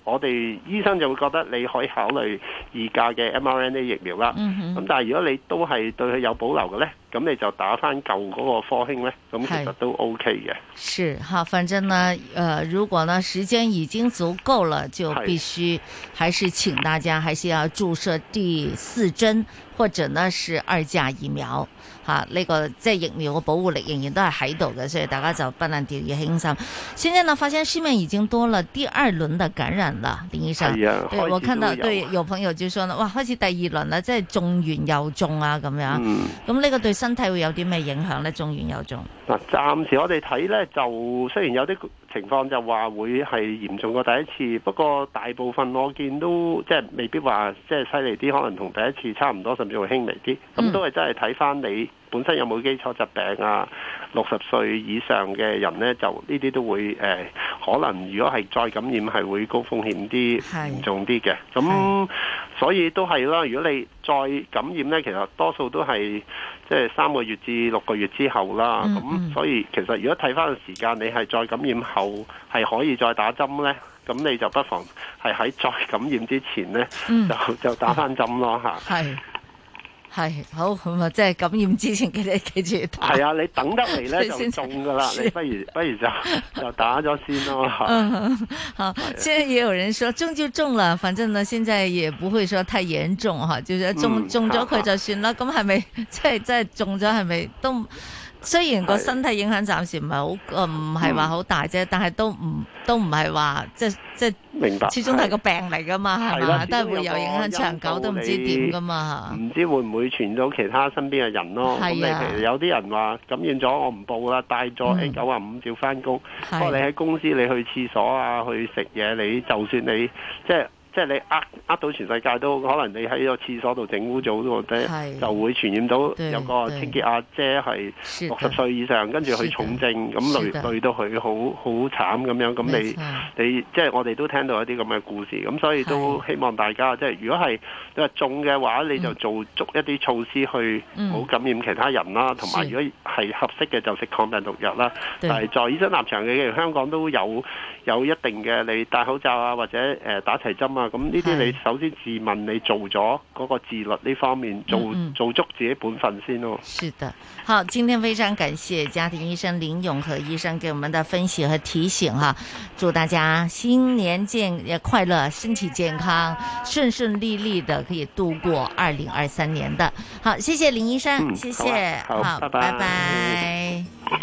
我哋醫生就會覺得你可以考慮2價嘅 mRNA 疫苗啦。咁但係如果你都係對佢有保留嘅呢，咁你就打翻舊嗰個科興呢，咁其實都 OK 嘅。 是好，反正呢，如果呢時間已經足夠了，就必須還是請大家還是要注射第4針，或者呢是2價疫苗。呢個即係疫苗嘅保護力仍然都係喺度嘅，所以大家就不能掉以輕心。現在呢，發現市面已經多了第2輪的感染了，林醫生。係啊，對我看到對有朋友就說呢，哇，開始第2輪啦，即係中完又中啊咁樣。咁呢個對身體會有啲咩影響呢？中完又中。嗱， 暫時我哋睇呢，就雖然有啲情況就話會係嚴重過第一次，不過大部分我見都即係未必話即係犀利啲，可能同第一次差唔多，甚至會輕微啲。咁都係真係睇翻你本身有冇基礎疾病啊，60歲以上嘅人呢，就呢啲都會可能如果係再感染係會高風險啲、嚴重啲嘅。咁所以都係啦，如果你再感染呢，其實多數都係即係3個月至6個月之後啦。咁所以其實如果睇翻個時間，你係再感染後係可以再打針呢，咁你就不妨係喺再感染之前呢，就打翻針咯嚇。 係好咁啊！即係感染之前，記住打。係啊，你等得嚟咧就中噶啦，你不如就打咗先咯。 好，現在也有人說中就中了，反正呢，現在也不會說太嚴重哈，就是中咗佢就算啦。咁係咪即係中咗係咪都？雖然個身體影響暫時唔係好唔係話好大啫，但係都唔係話即明白， 始終係個病嚟噶嘛，係嘛，都係會有影響，長久都唔知點噶嘛。 唔知會唔會傳到其他身邊嘅人咯？咁你其實有啲人話感染咗我唔報啦，帶咗 N95照翻工，不過你喺公司你去廁所啊，去食嘢，你就算你即係你呃到全世界都可能，你喺個廁所度整污糟都就會傳染到有個清潔阿姐係60歲以上，跟住佢重症咁累到佢好慘咁樣。咁你即係我哋都聽到一啲咁嘅故事，咁所以都希望大家即係如果係你話中嘅話，你就做足一啲措施去唔好感染其他人啦，同埋如果係合適嘅就食抗病毒藥啦。但係在醫生立場嘅，香港都有一定嘅，你戴口罩啊，或者打齊針啊。咁呢啲你首先自問你做咗嗰個自律呢方面做足自己本分先咯。 是的，好，今天非常感謝家庭醫生林永和醫生給我們的分析和提醒哈，祝大家新年快樂，身體健康，順利利的可以度過2023年的。好，謝謝林醫生，謝謝，好，拜拜。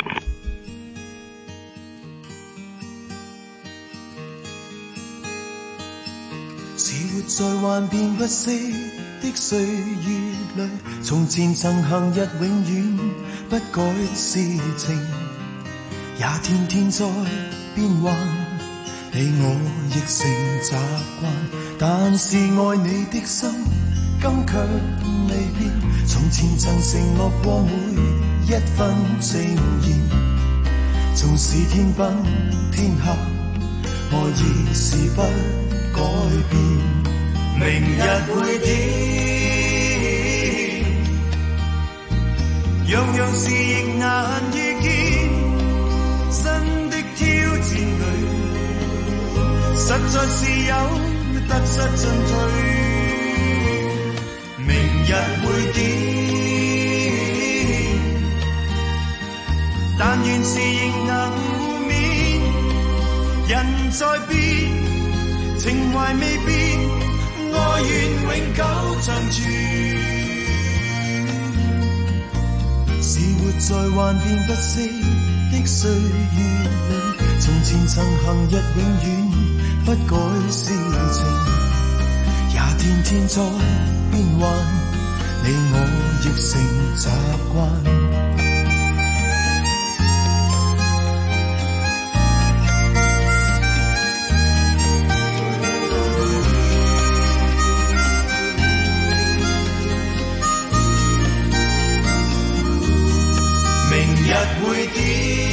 是活在幻變不息的歲月裏，從前曾行日永遠不改事情，也天天在變幻，你我亦成習慣，但是愛你的心今卻未變，從前曾承諾過每一分誠言，縱使天崩天下，愛已是不改變，明日會點？樣樣事亦難預見，新的挑戰裏，實在是有得失進退。明日會點？但願是亦能互勉，人在變。情懷未變，愛願永久長存。是活在幻變不息的歲月裏，從前曾行日永遠不改事情，也天天在變幻，你我亦成習慣。會點？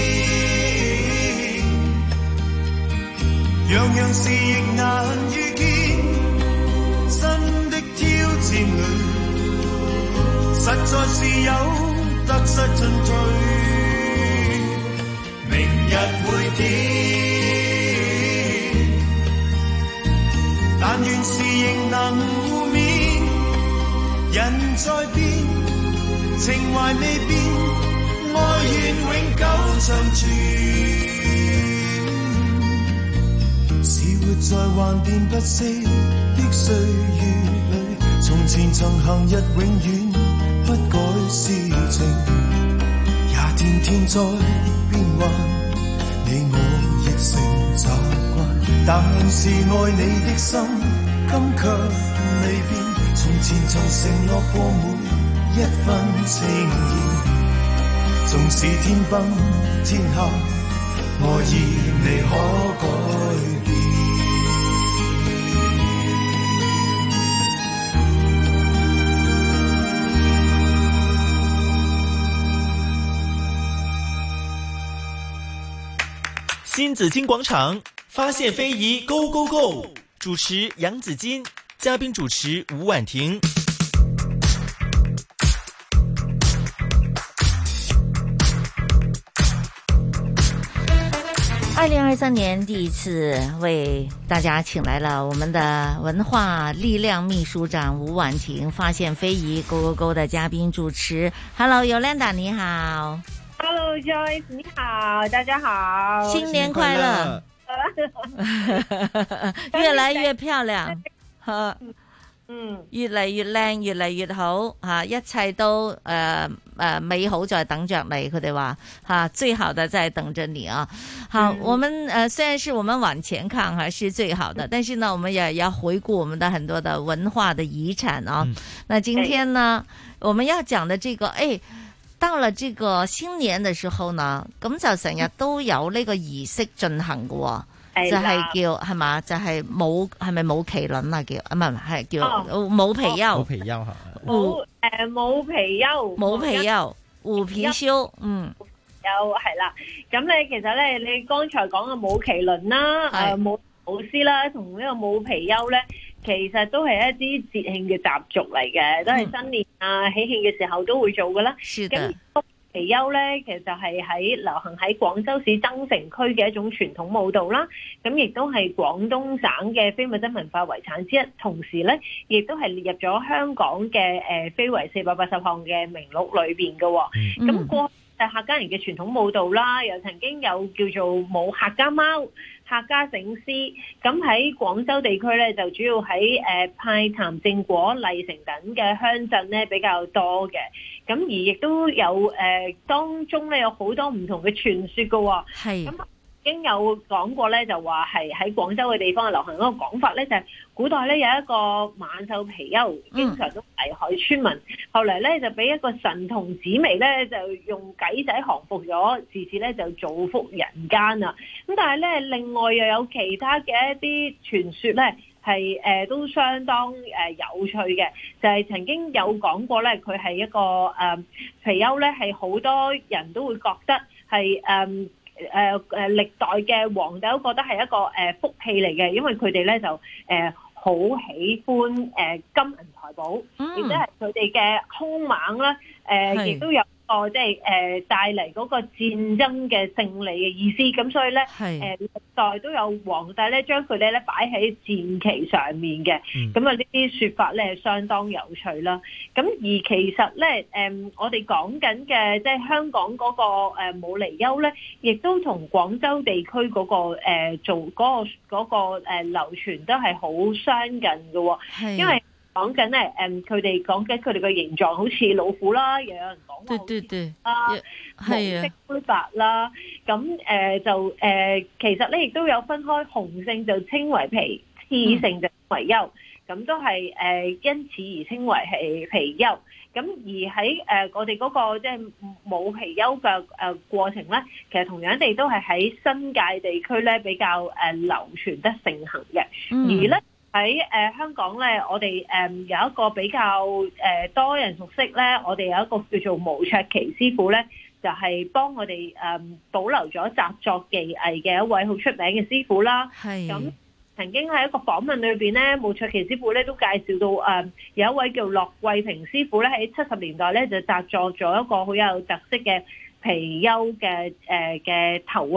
樣樣事亦難預見，新的挑戰裏，實在是有得失進退。明日會點？ 但願是仍能互勉。人在變，情懷未變，愛願永久長存。是活在幻變不息的歲月裏，從前曾行日永遠不改事情，也天天在變幻，你我亦成習慣。但是愛你的心，今卻未變。從前曾承諾過每一分情意，縱使天崩天下，愛意未可改變。 新紫荊廣場發現非遺 Go Go Go， 主持楊子矜，嘉賓主持吳婉婷。 2023年第一次為大家請來了我們的文化力量秘書長吳婉婷，發現非遺 Go Go Go 的嘉賓主持。Hello Yolanda 你好。 Hello Joyce 你好，大家好， 新年快樂。越來越漂亮。越嚟越靚，越嚟越好吓，一切都美好在等着你。佢哋話吓，最好的在等着你啊！好，我們雖然是我們往前看還是最好的，但是呢，我們也要回顧我們的很多的文化的遺產啊。那今天呢，我們要講的這個，到了這個新年的時候呢，咁就成日都有呢個儀式進行嘅。就係叫係嘛，就係舞係咪舞麒麟啊？叫唔係叫舞皮休。 舞皮休嚇。 舞皮休。舞皮休。 胡皮休。 有係啦，咁咧其實咧，你剛才講嘅舞麒麟啦，舞獅啦，同呢個舞皮休咧，其實都係一啲節慶嘅習俗嚟嘅，都係新年啊喜慶嘅時候都會做㗎啦。咁皮休咧，其實就係流行喺廣州市增城區嘅一種傳統舞蹈啦。咁亦都係廣東省嘅非物質文化遺產之一，同時咧，亦都係列入咗香港嘅非遺480項嘅名錄裏邊嘅。咁過去係客家人嘅傳統舞蹈啦，又曾經有叫做舞客家貓、客家醒獅。咁喺廣州地區咧，就主要喺派潭、正果、麗城等嘅鄉鎮咧比較多嘅。咁而亦都有當中咧有好多唔同嘅傳說嘅。係。咁已經有講過咧，就話係喺廣州嘅地方流行一個講法咧，就係古代咧有一個猛獸貔貅，經常都危害村民。後嚟咧就俾一個神童紫微咧，就用計仔降服咗，自此咧就造福人間啦。咁但係咧，另外又有其他嘅一啲傳說咧，係都相當有趣嘅，就係曾經有講過咧，佢係一個貔貅咧，係好多人都會覺得係歷代嘅皇帝都覺得係一個福氣嚟嘅，因為佢哋咧就好喜歡金銀財寶，亦都係佢哋嘅兇猛啦，亦都有個即係帶嚟嗰個戰爭嘅勝利嘅意思。咁所以咧歷代都有皇帝咧將佢哋咧擺喺戰旗上面嘅。咁啊呢啲説法咧係相當有趣啦。咁而其實咧我哋講緊嘅即係香港嗰個舞離休咧，亦都同廣州地區嗰個做嗰個流傳都係好相近嘅。因為講緊咧，佢哋講緊佢哋嘅形狀好似老虎啦，又有人講話好似紅色灰白啦，咁其實咧亦都有分開，雄性就稱為貔，雌性就稱為休，咁都係因此而稱為係貔貅。咁而喺我哋嗰個即係舞貔貅嘅過程咧，其實同樣地都係喺新界地區咧比較流傳得盛行嘅，而咧。喺香港咧，我哋有一個比較多人熟悉咧，我哋有一個叫做毛卓琪師傅咧，就係幫我哋保留咗紮作技藝嘅一位好出名嘅師傅啦。係。咁曾經喺一個訪問裏邊咧，毛卓琪師傅咧都介紹到有一位叫駱桂平師傅咧，喺70年代咧就紮作咗一個好有特色嘅貔貅嘅頭啊。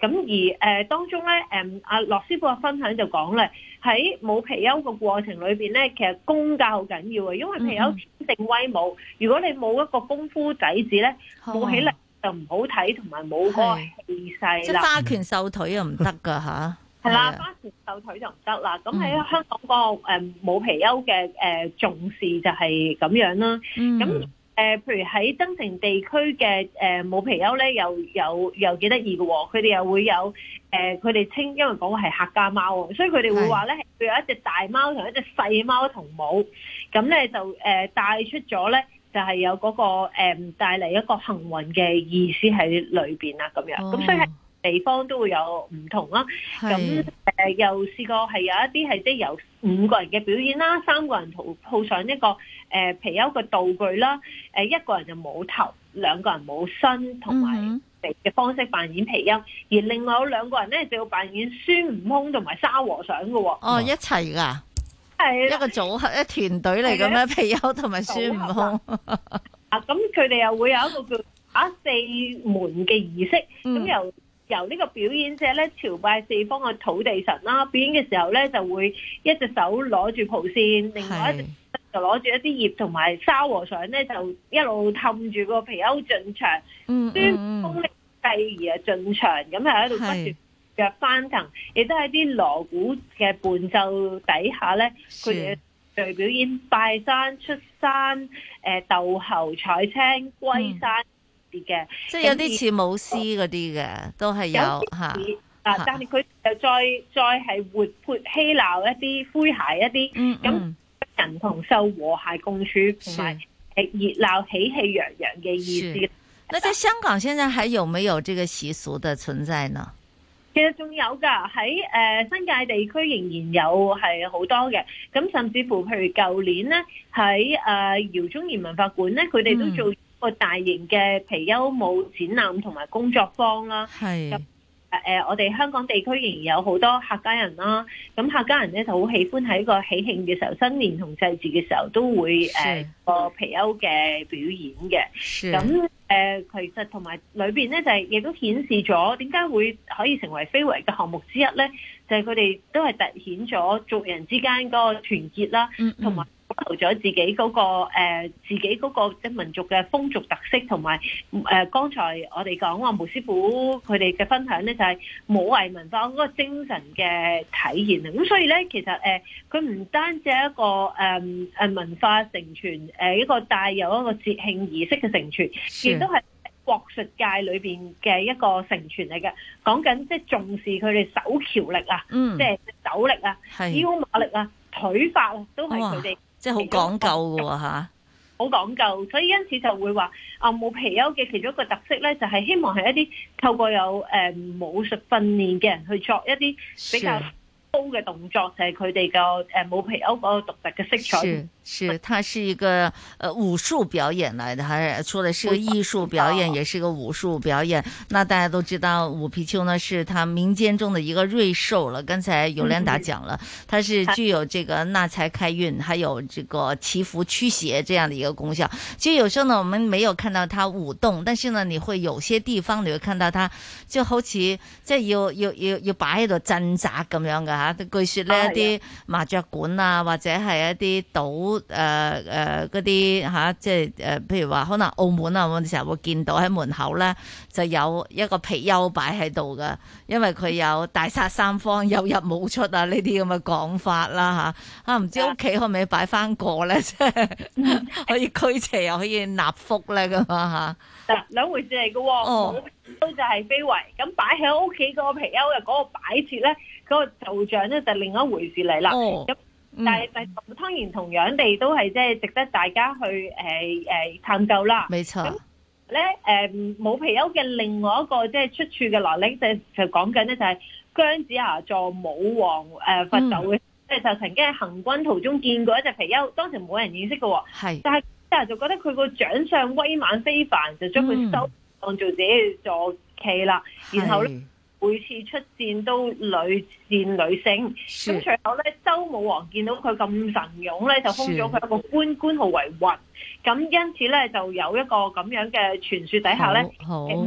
而當中咧，阿樂師傅嘅分享就講咧，喺冇貔貅嘅過程裏邊咧，其實功架好緊要嘅，因為貔貅天性威武，如果你冇一個功夫底子咧，舞起嚟就唔好睇，同埋冇嗰個氣勢啦。 即係花拳繡腿又唔得㗎嚇。 係啦，花拳繡腿就唔得啦。咁喺香港個冇貔貅嘅重視就係咁樣啦。咁譬如喺增城地區嘅冇貔貅咧，又幾得意嘅喎。佢哋又會有佢哋稱，因為講話係客家貓，所以佢哋會話咧，佢有一隻大貓同一隻細貓同舞，咁咧就帶出咗咧，就係有嗰個帶嚟一個幸運嘅意思喺裏邊啦，咁樣。咁所以係地方都會有唔同啦。咁又試過係有一啲係即係由5個人嘅表演啦，3個人套上一個貔貅嘅道具啦，一個人就冇頭，2個人冇身，同埋嘅方式扮演貔貅，而另外有2個人咧就要扮演孫悟空同埋沙和尚嘅喎。 哦，一齊㗎，係一個組合，一團隊嚟嘅咩？貔貅同埋孫悟空。 咁佢哋又會有一個叫打4門嘅儀式，咁由呢個表演者咧朝拜4方嘅土地神啦，表演嘅時候咧就會一隻手攞住蒲扇，另外一隻就攞住一啲葉，同埋沙和尚咧就一路氹住個貔貅進場，孫悟空繼而進場，咁係喺度不斷腳翻騰，亦都喺啲鑼鼓嘅伴奏底下咧，佢哋嘅表演拜山、出山、逗猴、採青、歸山。嘅， 即係有啲似舞獅嗰啲嘅，都係有嚇。 但係佢又再係活潑嬉鬧一啲、詼諧一啲，咁人同獸和諧共處，同埋熱鬧喜氣洋洋嘅意思。 那在香港現在還有沒有這個習俗的存在呢？ 其實仲有㗎，喺新界地區仍然有係好多嘅。咁甚至乎譬如舊年咧，喺饒宗頤文化館咧，佢哋都做個大型嘅貔貅舞展覽同埋工作坊啦。係。我哋香港地區仍然有好多客家人啦。咁客家人咧就好喜歡喺個喜慶嘅時候、新年同祭祀嘅時候都會個貔貅嘅表演嘅。咁其實同埋裏邊咧就係亦都顯示咗點解會可以成為非遺嘅項目之一咧，就係佢哋都係凸顯咗族人之間嗰個團結啦，同埋保留咗自己嗰個即係民族嘅風俗特色，同埋剛才我哋講話毛師傅佢哋嘅分享咧，就係武藝文化嗰個精神嘅體現啊！咁所以咧，其實佢唔單止係一個文化承傳，一個帶有一個節慶儀式嘅承傳，亦都係國術界裏邊嘅一個承傳嚟嘅。講緊即係重視佢哋手橋力啊，即係手力啊、腰馬力啊、腿法啊，都係佢哋。 即係好講究嘅喎嚇， 好講究，所以因此就會話冇貔貅嘅其中一個特色咧，就係希望係一啲透過有武術訓練嘅人去作一啲比較高嘅動作，就係佢哋嘅冇貔貅嗰個獨特嘅色彩。 是，它是一個武術表演來的，還除了是個藝術表演，也是個武術表演。那大家都知道，武貔貅呢是它民間中的一個瑞獸了。剛才尤蓮達講了，它是具有這個納財開運，還有這個祈福驅邪這樣的一個功效。其實有時候呢，我們沒有看到它舞動，但是呢，你會有些地方你會看到它，就好似即係要擺喺度鎮宅咁樣嘅嚇。據說呢，一啲麻雀館啊，或者係一啲賭嗰啲嚇，即係譬如話可能澳門啊，我哋成日會見到喺門口咧就有一個貔貅擺喺度噶，因為佢有大殺三方、有入冇出啊呢啲咁嘅講法啦嚇。唔知屋企可唔可以擺翻個咧，即係可以驅邪又可以納福咧咁啊嚇。 嗱，兩回事嚟嘅喎，都就係非遺，咁擺喺屋企嗰個貔貅嘅嗰個擺設咧，嗰個造像咧就另一回事嚟啦。但係當然同樣地都係即係值得大家去探究啦。 沒錯。咁咧冇貔貅嘅另外一個即係出處嘅來歷，就講緊咧就係姜子牙助武王伐紂嘅，即係就曾經喺行軍途中見過一隻貔貅，當時冇人認識嘅喎。係。但係姜子牙就覺得佢個長相威猛非凡，就將佢收當做自己嘅坐騎啦。然後咧。每次出戰都屢戰屢勝，咁隨後咧，周武王見到佢咁神勇咧，就封咗佢一個官號為雲。咁因此咧，就有一個咁樣嘅傳說底下咧，冇貔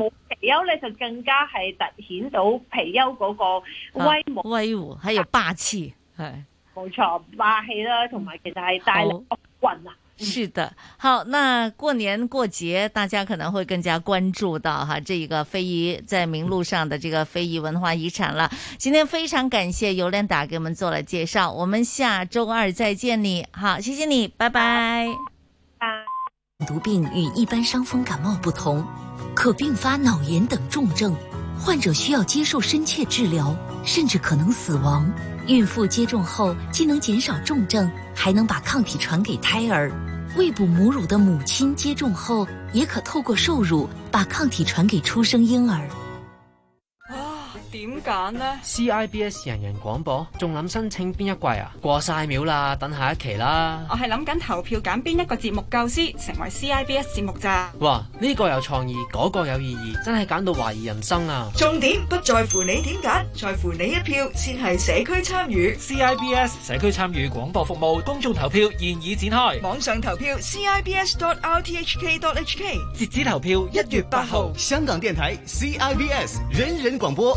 丘咧就更加係凸顯到貔貅嗰個威武，還有霸氣，係冇錯，霸氣啦，同埋其實係帶嚟厄運啊。 是的，好，那過年過節，大家可能會更加關注到哈，這個非遺在名錄上的這個非遺文化遺產了。今天非常感謝尤蓮達給我們做了介紹，我們下周二再見你，好，謝謝你，拜拜。 毒病與一般傷風感冒不同，可併發腦炎等重症，患者需要接受深切治療，甚至可能死亡。孕婦接種後既能減少重症，還能把抗體傳給胎兒。餵哺母乳的母親接種後，也可透過受乳把抗體傳給出生嬰兒。 點揀呢？ CIBS 人人廣播，仲諗申請邊一季啊？過晒秒啦，等下一期啦。 我係諗緊投票揀邊一個節目教師成為 CIBS 節目咋。 哇，呢個有創意，嗰個有意義，真係揀到懷疑人生啊！ 重點不在乎你點揀，在乎你一票先係社區參與。 CIBS 社區參與廣播服務公眾投票現已展開， 網上投票 CIBS.RTHK.HK， 截止投票1月8號。 香港電台 CIBS 人人廣播。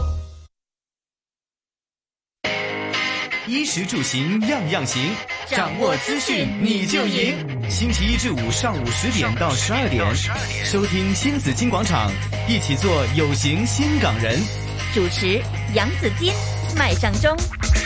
衣食住行樣樣行，掌握資訊你就贏。星期一至五上午10點到12點，收聽新紫荊廣場，一起做有型新港人。 主持楊子矜、麥尚中。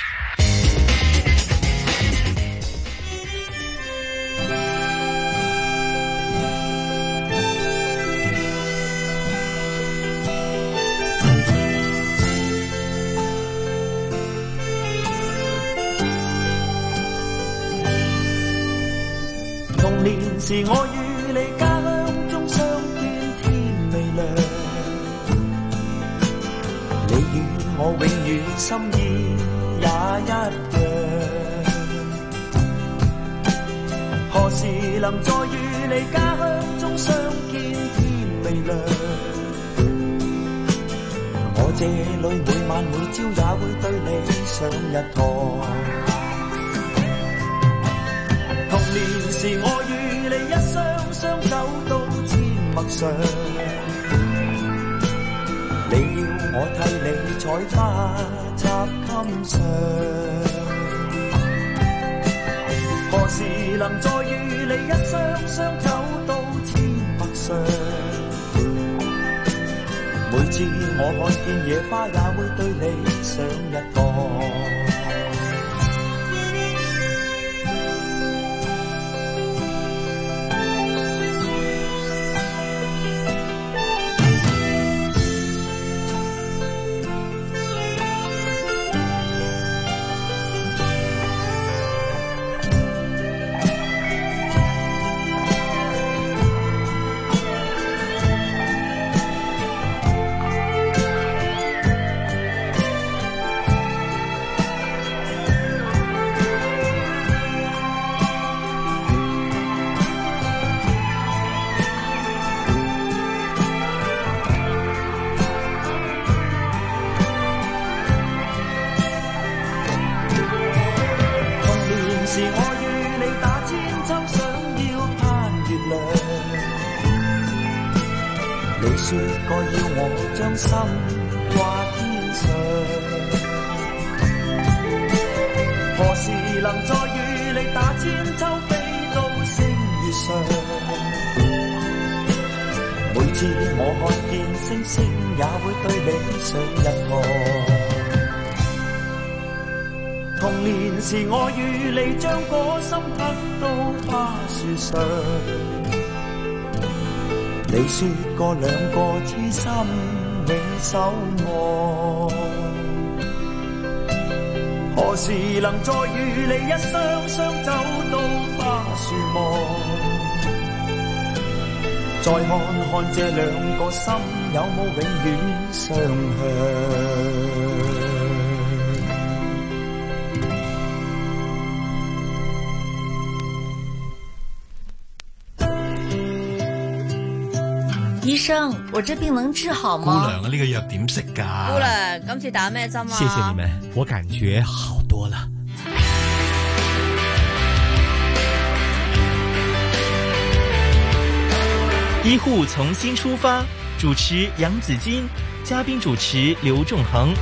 年時我與你家鄉中相見天未亮，你與我永遠心意也一樣。何時能再與你家鄉中相見天未亮？我這裏每晚每朝也會對你上一堂。童年時我與你一雙雙走到阡陌上，你要我替你採花插襟上。何時能再與你一雙雙走到阡陌上？每次我看見野花也會對你上一堂。說過要我將心掛天上，何時能再與你打千秋飛到星月上？每次我看見星星也會對你上一堂。童年時我與你將果心吞到花樹上，你說過兩個痴心永守望，何時能再與你一雙雙走到花樹望？再看看這兩個心有冇永遠相向。 醫生，我這病能治好嗎？ 姑娘啊，呢個藥點食㗎？ 姑娘，今次打咩針啊？ 謝謝你們，我感覺好多了。 醫護從新出發， 主持杨子矜，嘉宾主持刘仲恒。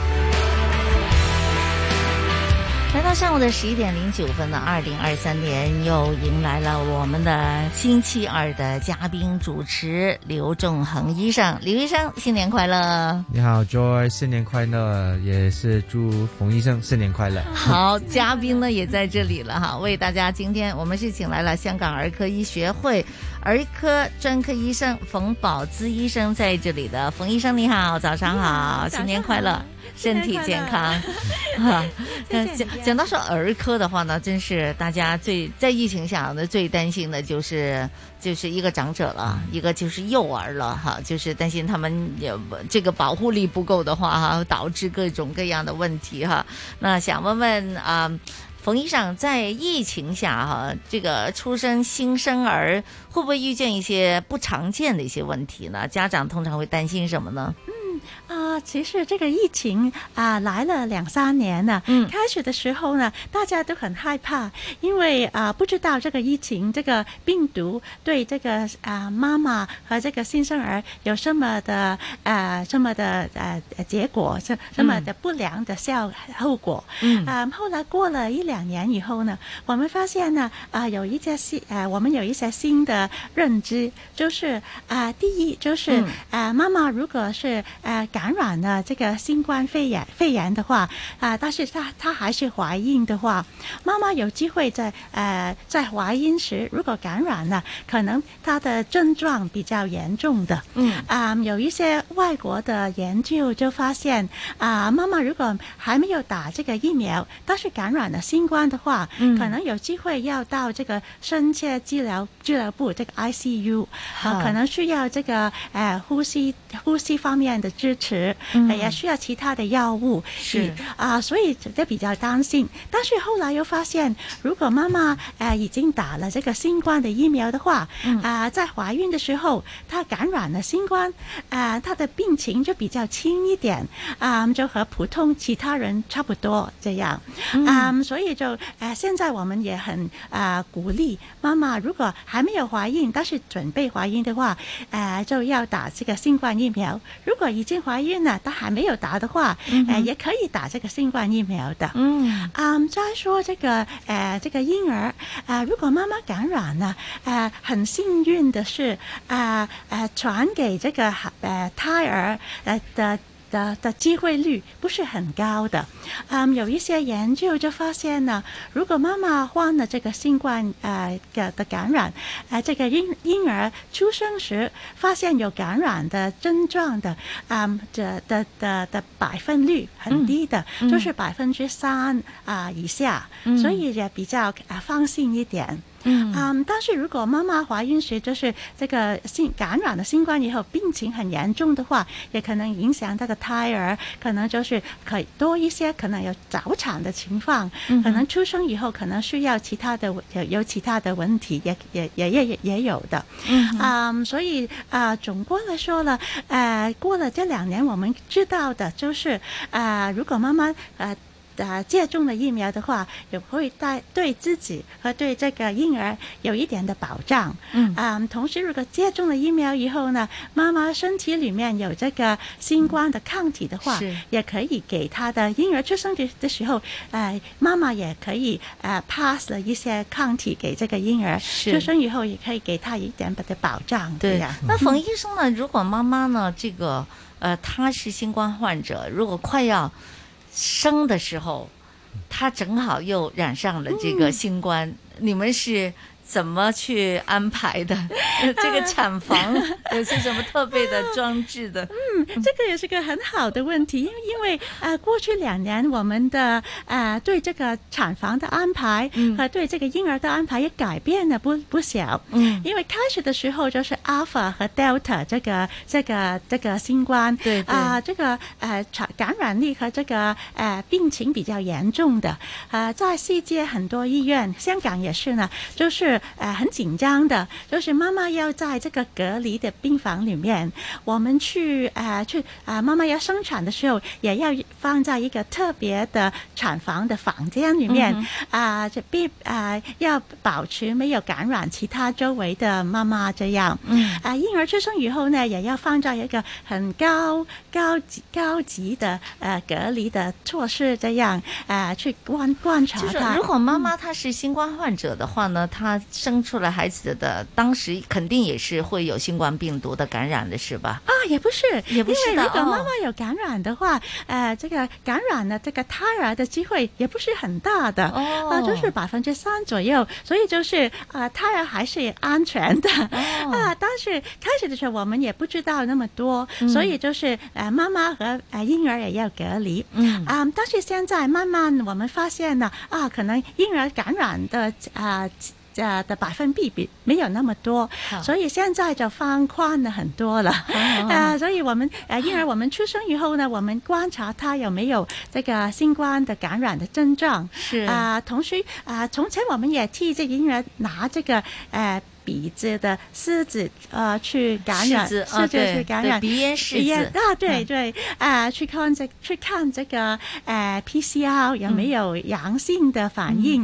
来到上午的11点09分的2023年，又迎来了我们的星期二的嘉宾主持刘仲恒医生。刘医生，新年快乐！ 你好 ，Joy， 新年快乐！也是祝冯医生新年快乐。 好，嘉宾呢也在这里了哈，为大家今天我们是请来了香港儿科医学会儿科专科医生冯宝姿医生在这里的。冯医生你好，早上好，新年快乐！身体健康哈。讲到说儿科的话呢，真是大家在疫情下呢最担心的就是一个长者了，一个就是幼儿了哈，就是担心他们这个保护力不够的话哈，导致各种各样的问题哈。那想问问冯医生，在疫情下哈，这个出生新生儿会不会遇见一些不常见的一些问题呢？家长通常会担心什么呢？ 其实这个疫情来了2-3年了。开始的时候呢，大家都很害怕，因为不知道这个疫情这个病毒对这个妈妈和这个新生儿有什么的结果，什么的不良的后果。后来过了1-2年以后呢，我们发现呢我们有一些新的认知，就是第一就是妈妈如果是感染了这个新冠肺炎的话但是她还是怀孕的话，妈妈有机会在怀孕时如果感染了，可能她的症状比较严重的。有一些外国的研究就发现妈妈如果还没有打这个疫苗，但是感染了新冠的话，可能有机会要到这个深切治疗部这个 ICU， 可能需要这个呼吸方面的支持，也需要其他的药物，是所以就比较担心。但是后来又发现，如果妈妈已经打了这个新冠的疫苗的话，在怀孕的时候她感染了新冠，她的病情就比较轻一点，就和普通其他人差不多这样。所以就现在我们也很鼓励妈妈，如果还没有怀孕但是准备怀孕的话，就要打这个新冠疫苗。如果已经怀孕了但还没有打的话，也可以打这个新冠疫苗的。再说这个婴儿如果妈妈感染了，很幸运的是传给这个胎儿的机会率不是很高的。有一些研究就发现呢，如果妈妈患了这个新冠的感染，这个婴儿出生时发现有感染的症状的百分率很低的，就是3%以下，所以也比较放心一点。但是如果妈妈怀孕时就是这个感染了新冠以后病情很严重的话，也可能影响这个胎儿，可能就是可以多一些，可能有早产的情况，可能出生以后可能需要有其他的问题，也有的。所以总括来说了，过了这2年我们知道的就是如果妈妈接种了疫苗的话，也会对自己和对这个婴儿有一点的保障。同时如果接种了疫苗以后呢，妈妈身体里面有这个新冠的抗体的话，也可以给他的婴儿出生的时候，妈妈也可以pass 了一些抗体给这个婴儿，出生以后也可以给他一点的保障。对呀。 那冯医生呢，如果妈妈呢这个她是新冠患者，如果快要生的时候他正好又染上了这个新冠，你们是怎么去安排的？这个产房有些什么特别的装置的？ 这个也是个很好的问题，因为过去2年我们的对这个产房的安排和对这个婴儿的安排也改变了不小。因为开始的时候就是 Alpha 和 Delta 这个新冠，对这个感染力和这个病情比较严重的，在世界很多医院，香港也是呢，就是很紧张的，就是妈妈要在这个隔离的病房里面，我们去妈妈要生产的时候，也要放在一个特别的产房的房间里面要保持没有感染其他周围的妈妈这样。婴儿出生以后呢，也要放在一个很高级的隔离的措施这样去观察他。 就是如果妈妈她是新冠患者的话呢，她生出来孩子的当时肯定也是会有新冠病毒的感染的是吧？ 也不是的， 因为如果妈妈有感染的话，这个感染的这个胎儿的机会也不是很大的，就是3%左右，所以就是胎儿还是安全的。但是开始的时候我们也不知道那么多，所以就是妈妈和婴儿也要隔离。但是现在慢慢我们发现呢，可能婴儿感染的百分比没有那么多，所以现在就放宽了很多了。所以我们婴儿我们出生以后呢，我们观察他有没有这个新冠的感染的症状。 是同时从前我们也替这个婴儿拿这个鼻子的拭子去感染，拭子去感染鼻咽拭子对去看这个PCR 有没有阳性的反应，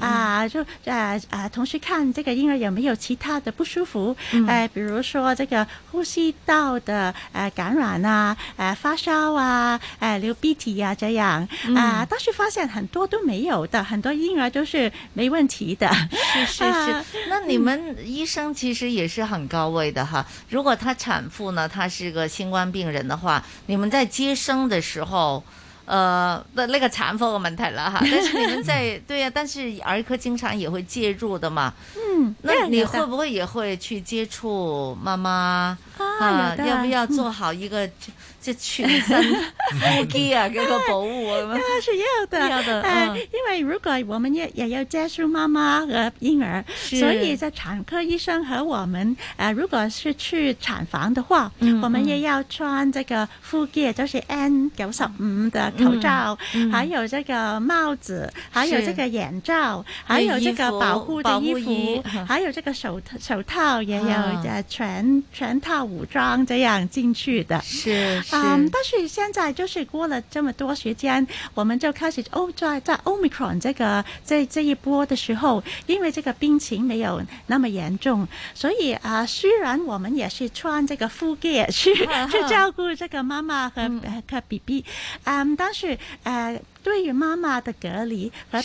同时看这个婴儿有没有其他的不舒服，比如说这个呼吸道的感染发烧流鼻涕这样，但是发现很多都没有的，很多婴儿都是没问题的。 是那你们医生其實也是很高位的哈。如果他產婦呢，他是個新冠病人的話，你們在接生的時候，那個產婦嘅問題啦哈。但是你們在對啊，但是兒科經常也會介入的嘛。那你會不會也會去接觸媽媽要不要做好一個即全身護肌嗰個保護咁樣？ 是要的，因為如果我們也要接觸媽媽和嬰兒，所以在產科醫生和我們如果是去產房的話，我們也要穿這個護肌，就是 N95的口罩，還有這個帽子，還有這個眼罩，還有這個保護的衣服，還有這個手套，也有全套武裝這樣進去的。但是現在就是過了這麼多時間，我們就開始在 Omicron 這一波的時候，因為這個病情沒有那麼嚴重，所以雖然我們也是穿這個護肌去照顧這個媽媽和 BB， 但是對於媽媽的隔離和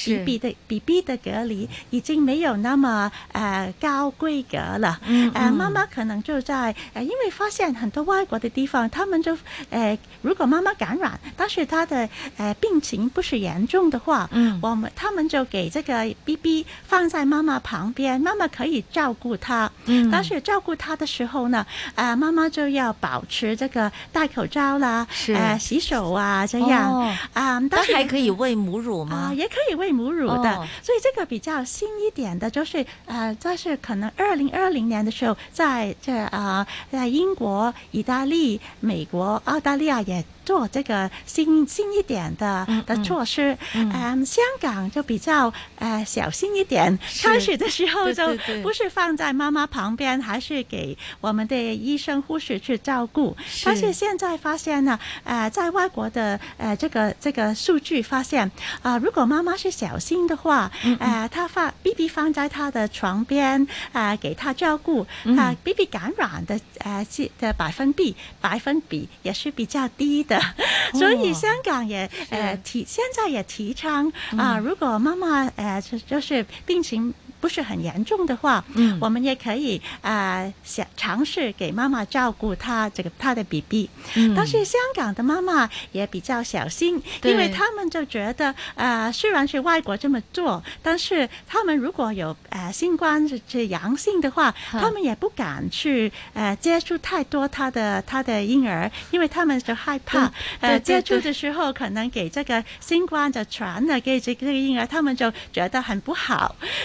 BB 的隔離已經沒有那麼高規格了。媽媽可能就在因為發現很多外國的地方，他們就如果媽媽感染，但是她的病情不是嚴重的話，他們就給這個 BB 放在媽媽旁邊，媽媽可以照顧她。但是照顧她的時候呢，媽媽就要保持這個戴口罩啦，洗手這樣。但是還可以餵母乳嗎？ 也可以餵母乳的。所以這個比較新一點的，就是就是可能2020年的時候，在英國、意大利、美國、澳大利亞也做這個新一點的措施。香港就比較小心一點，開始的時候就不是放在媽媽旁邊，還是給我們的醫生護士去照顧。但是現在發現呢，在外國的這個數據發現，如果媽媽是小心的話，他BB 放在他的床邊，給他照顧，BB 感染的百分比也是比較低的。所以香港也現在也提倡如果媽媽就是病情不是很嚴重的話，我們也可以嘗試給媽媽照顧她的 BB。但是香港的媽媽也比較小心，因為他們就覺得雖然是外國這麼做，但是他們如果有新冠是陽性的話，他們也不敢去接觸太多他的嬰兒，因為他們就害怕接觸的時候可能給這個新冠就傳了給這個嬰兒，他們就覺得很不好，所以很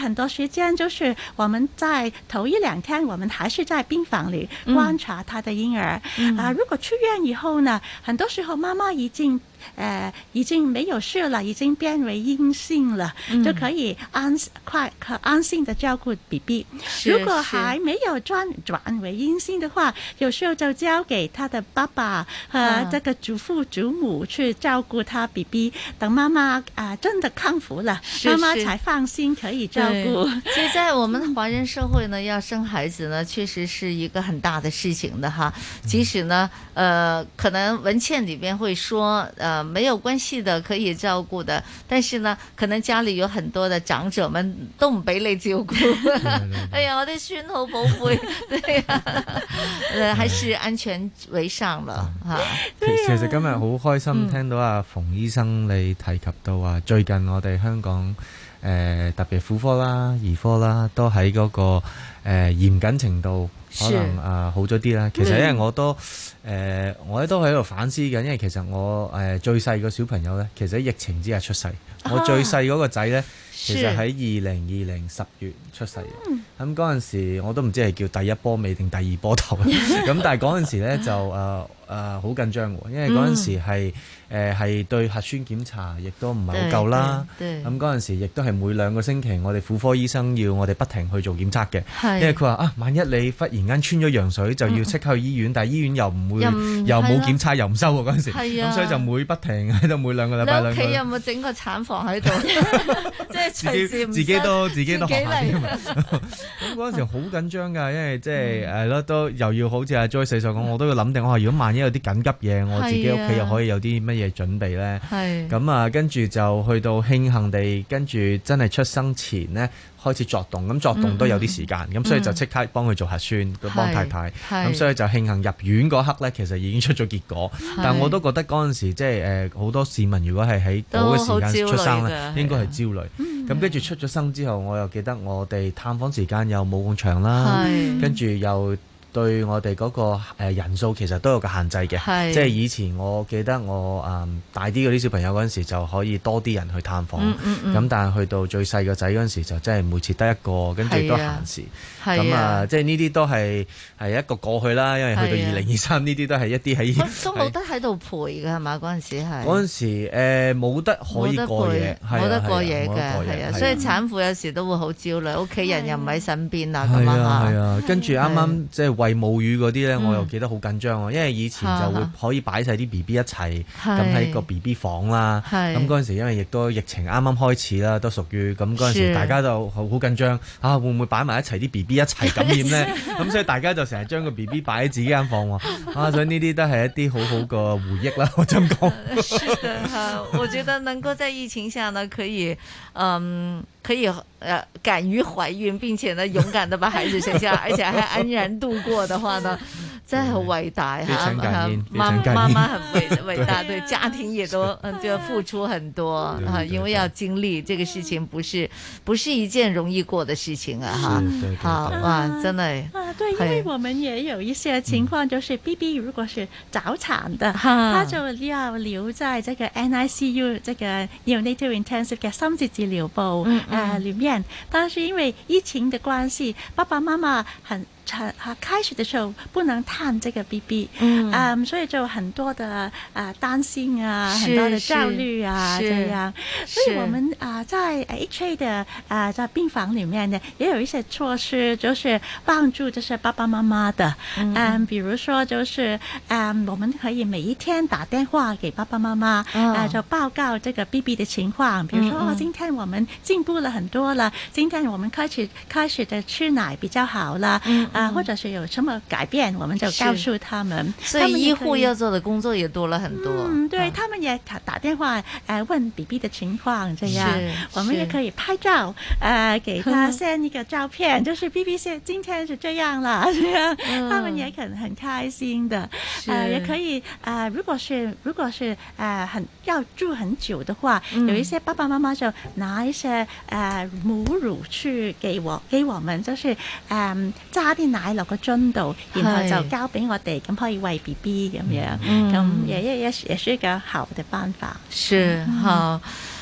很多时间就是我们在头1-2天，我们还是在病房里观察他的婴儿。如果出院以后呢，很多时候妈妈已经没有事了，已经变为阴性了，就可以安心的照顾 BB。如果还没有转为阴性的话，有时候就交给他的爸爸和这个祖父祖母去照顾他 BB。等妈妈真的康复了，妈妈才放心可以照顾。 所以在我们华人社会呢，要生孩子呢，确实是一个很大的事情的哈。即使呢，可能文献里边会说，没有关系的，可以照顧的，但是呢，可能家裏有很多的長者們都唔俾你照顧。哎呀，我啲孫好寶貝，對呀，還是安全為上了嚇。 其實今日好開心聽到阿馮醫生你提及到話，最近我哋香港特別婦科啦、兒科啦，都喺嗰個嚴謹程度可能好咗啲啦。其實因為我都喺度反思緊，因為其實我最細個小朋友咧，其實喺疫情之下出世。我最細嗰個仔咧，其實喺2020 10月出世嘅。咁嗰陣時我都唔知係叫第一波尾定第二波頭。咁但係嗰陣時咧就好緊張喎，因為嗰陣時係對核酸檢查亦都唔係好夠啦。咁嗰陣時亦都係每2個星期我哋婦科醫生要我哋不停去做檢測嘅，因為佢話萬一你忽然間穿咗羊水就要即刻去醫院，但係醫院又唔會又冇檢測又唔收喎嗰陣時，咁所以就不停喺度每2個禮拜。 你屋企有冇整個產房喺度？即係隨時唔自己都學下啲嘛。咁嗰陣時好緊張㗎，因為即係係咯，都又要好似阿 Joyce 所講，我都要諗定，我話如果萬一有啲緊急嘢，我自己屋企又可以有啲乜嘢準備咧。咁跟住就去到慶幸地，跟住真係出生前咧開始作動，咁作動都有啲時間，咁所以就即刻幫佢做核酸，幫太太。咁所以就慶幸入院嗰刻咧，其實已經出咗結果。但我都覺得嗰陣時即係好多市民如果係喺嗰個時間出生咧，應該係焦慮。咁跟住出咗生之後，我又記得我哋探訪時間又冇咁長啦，跟住又對我哋嗰個人數其實都有個限制嘅，即係以前我記得我大啲嗰啲小朋友嗰陣時就可以多啲人去探訪，咁但係去到最細個仔嗰陣時就真係每次得一個，跟住都限時，咁即係呢啲都係一個過去啦，因為去到2023呢啲都係一啲喺都冇得喺度陪㗎係嘛？嗰陣時係嗰陣時冇得可以過夜， 冇得過夜嘅，係啊，所以產婦有時都會好焦慮，屋企人又唔喺身邊啊咁啊， 跟住啱啱即係餵母乳嗰啲咧，我又記得好緊張喎，因為以前就會可以擺晒啲 BB 一齊，咁喺個 BB 房啦。咁嗰陣時因為亦都疫情啱啱開始啦，都屬於咁嗰陣時大家就好緊張會唔會擺埋一齊啲 BB 一齊感染咧？咁所以大家就成日將個 BB 擺喺自己間房喎。所以呢啲都係一啲好好嘅回憶啦。我真講。 是的，我覺得能夠在疫情下呢，可以敢於懷孕，並且呢勇敢地把孩子生下，而且還安然度過的話呢，真係好偉大哈！媽媽很偉大，對家庭也都就付出很多哈，因為要經歷這個事情，不是一件容易過的事情啊哈！好哇，真的對，因為我們也有一些情況，就是 BB 如果是早產的，他就要留在這個 NICU 這個 Neonatal Intensive 嘅深切治療部裡面，但是因為疫情的關係，爸爸媽媽開始的時候不能探這個 BB，所以就很多的擔心啊，很多的焦慮啊，這樣。所以我們在 HA 的在病房裡面呢，也有一些措施，就是幫助這些爸爸媽媽的。比如說就是我們可以每一天打電話給爸爸媽媽，就報告這個 BB 的情況。比如說今天我們進步了很多了，今天我們開始的吃奶比較好了。或者是有什麼改變，我們就告訴他們。 所以醫護要做的工作也多了很多。 對，他們也打電話問 BB 的情況，這樣我們也可以拍照，給他 send 一個照片，就是 BB 今天是這樣了，這樣他們也很開心的。也可以如果是要住很久的話，有一些爸爸媽媽就拿一些母乳去給我們，就是揸啲奶落個樽度，然後就交俾我哋，咁可以餵 BB 咁樣，咁也是一個好的辦法。 是好。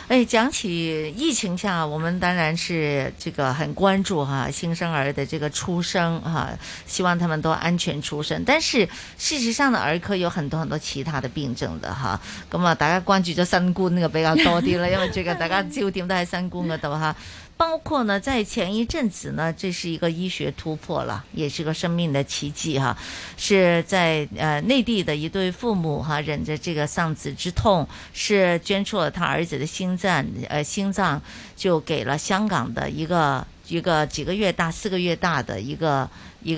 哎，讲起疫情下，我们当然是这个很关注哈新生儿的这个出生哈，希望他们都安全出生。但是事實上呢，兒科有很多很多其他的病症的哈。咁啊，大家關注咗新冠呢個比較多啲啦，因為最近大家焦點都喺新冠嗰度哈。包括呢，在前一陣子呢，這是一個醫學突破了，也是個生命的奇蹟哈。是在內地的一對父母哈，忍着這個喪子之痛，是捐出了他兒子的心臟就給了香港的一個幾個月大4個月大的一個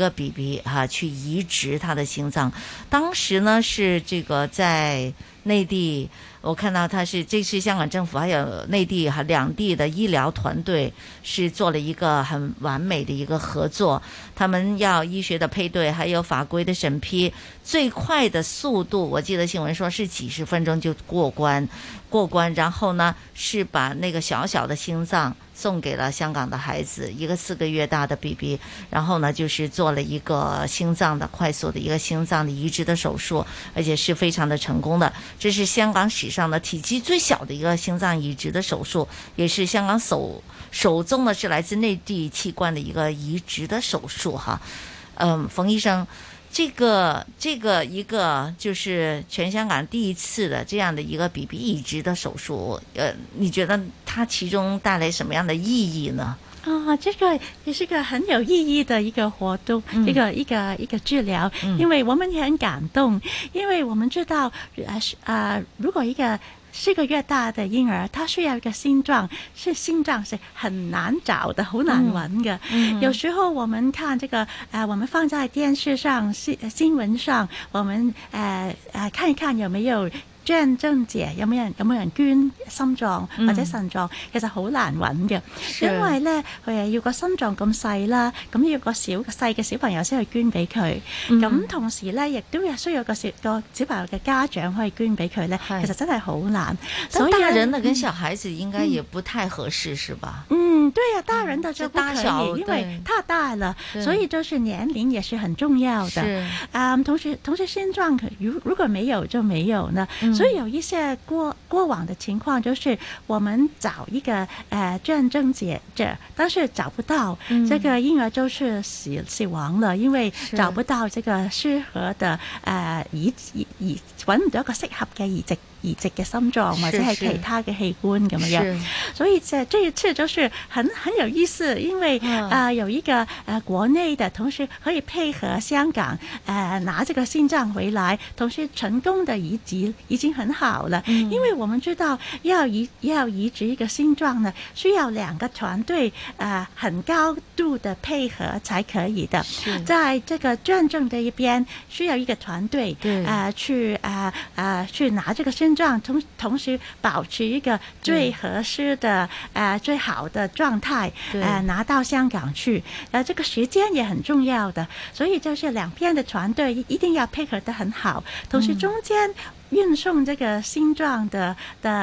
BB 哈，去移植他的心臟。當時呢是這個在內地，我看到這是香港政府還有內地哈兩地的醫療團隊是做了一個很完美的一個合作，他們要醫學的配對還有法規的審批，最快的速度我記得新聞說是幾十分鐘就過關，然後呢是把那個小小的心臟送給了香港的孩子，一個4個月大的 BB， 然後呢就是做了一個心臟的快速的一個心臟的移植的手術，而且是非常的成功的。這是香港史上的體積最小的一個心臟移植的手術，也是香港首宗呢是來自內地器官的一個移植的手術哈。馮醫生，這個一個就是全香港第一次的這樣的一個 BB 移植的手術，你覺得它其中帶來什麼樣的意義呢？ 這個也是個很有意義的一個活動，一個治療，因為我們也很感動，因為我們知道，如果一個4個月大的嬰兒，他需要一個心臟是很難找的，好難揾嘅。有時候我們看這個我們放在電視上、新聞上，我們看一看有沒有捐贈者，有冇人捐心臟或者腎臟，其實好難揾嘅，因為咧佢要個心臟咁細啦，咁要個細嘅小朋友先去捐俾佢，咁同時咧亦都需要個小朋友嘅家長可以捐俾佢咧，其實真係好難。 所以大人呢跟小孩子應該也不太合適，是吧？ 對呀，大人的就不可以，因為太大了，所以就是年齡也是很重要的。同時心臟如果沒有就沒有呢。所以有一些過往的情況，就是我們找一個捐贈者，但是找不到，這個嬰兒就是死亡了，因為找不到這個適合的揾唔到一個適合嘅移植嘅心臟或者係其他嘅器官咁樣，所以這一次就是很有意思，因為有一個國內的同時可以配合香港拿這個心臟回來，同時成功的移植已經很好了。因為我們知道要移植一個心臟呢，需要2個團隊很高度的配合才可以的。在這個捐贈的一邊需要一個團隊去拿這個心臟，同時保持一個最合適的最好的狀態，拿到香港去。這個時間也很重要的，所以就是兩邊的團隊一定要配合得很好，同時中間運送這個心臟的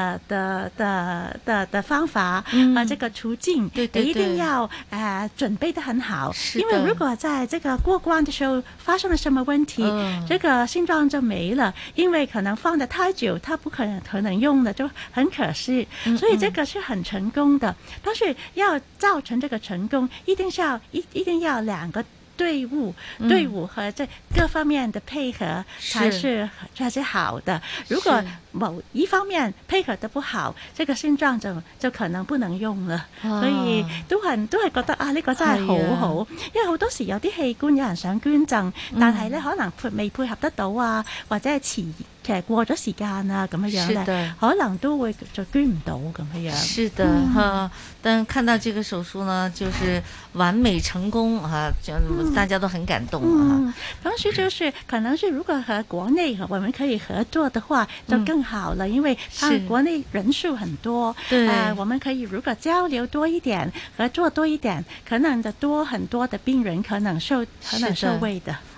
方法這個途徑一定要準備得很好，因為如果在這個過關的時候發生了什麼問題，這個心臟就沒了，因為可能放得太久，它不可能用了，就很可惜。所以這個是很成功的，但是要造成這個成功，一定要2個隊伍和這各方面的配合才是好的。如果某一方面配合得不好，這個心臟就可能不能用了。所以都係覺得呢個真係好好，因為好多時有啲器官有人想捐贈，但係咧可能未配合得到啊，或者係其實過咗時間啊咁樣咧，可能都會就捐唔到咁樣。 是的哈，但看到這個手術呢，就是完美成功哈，大家都很感動啊。 同時就是可能是如果和國內我們可以合作的話，就更好了，因為國內人數很多，我們可以如果交流多一點，合作多一點，可能的多很多的病人可能受惠的。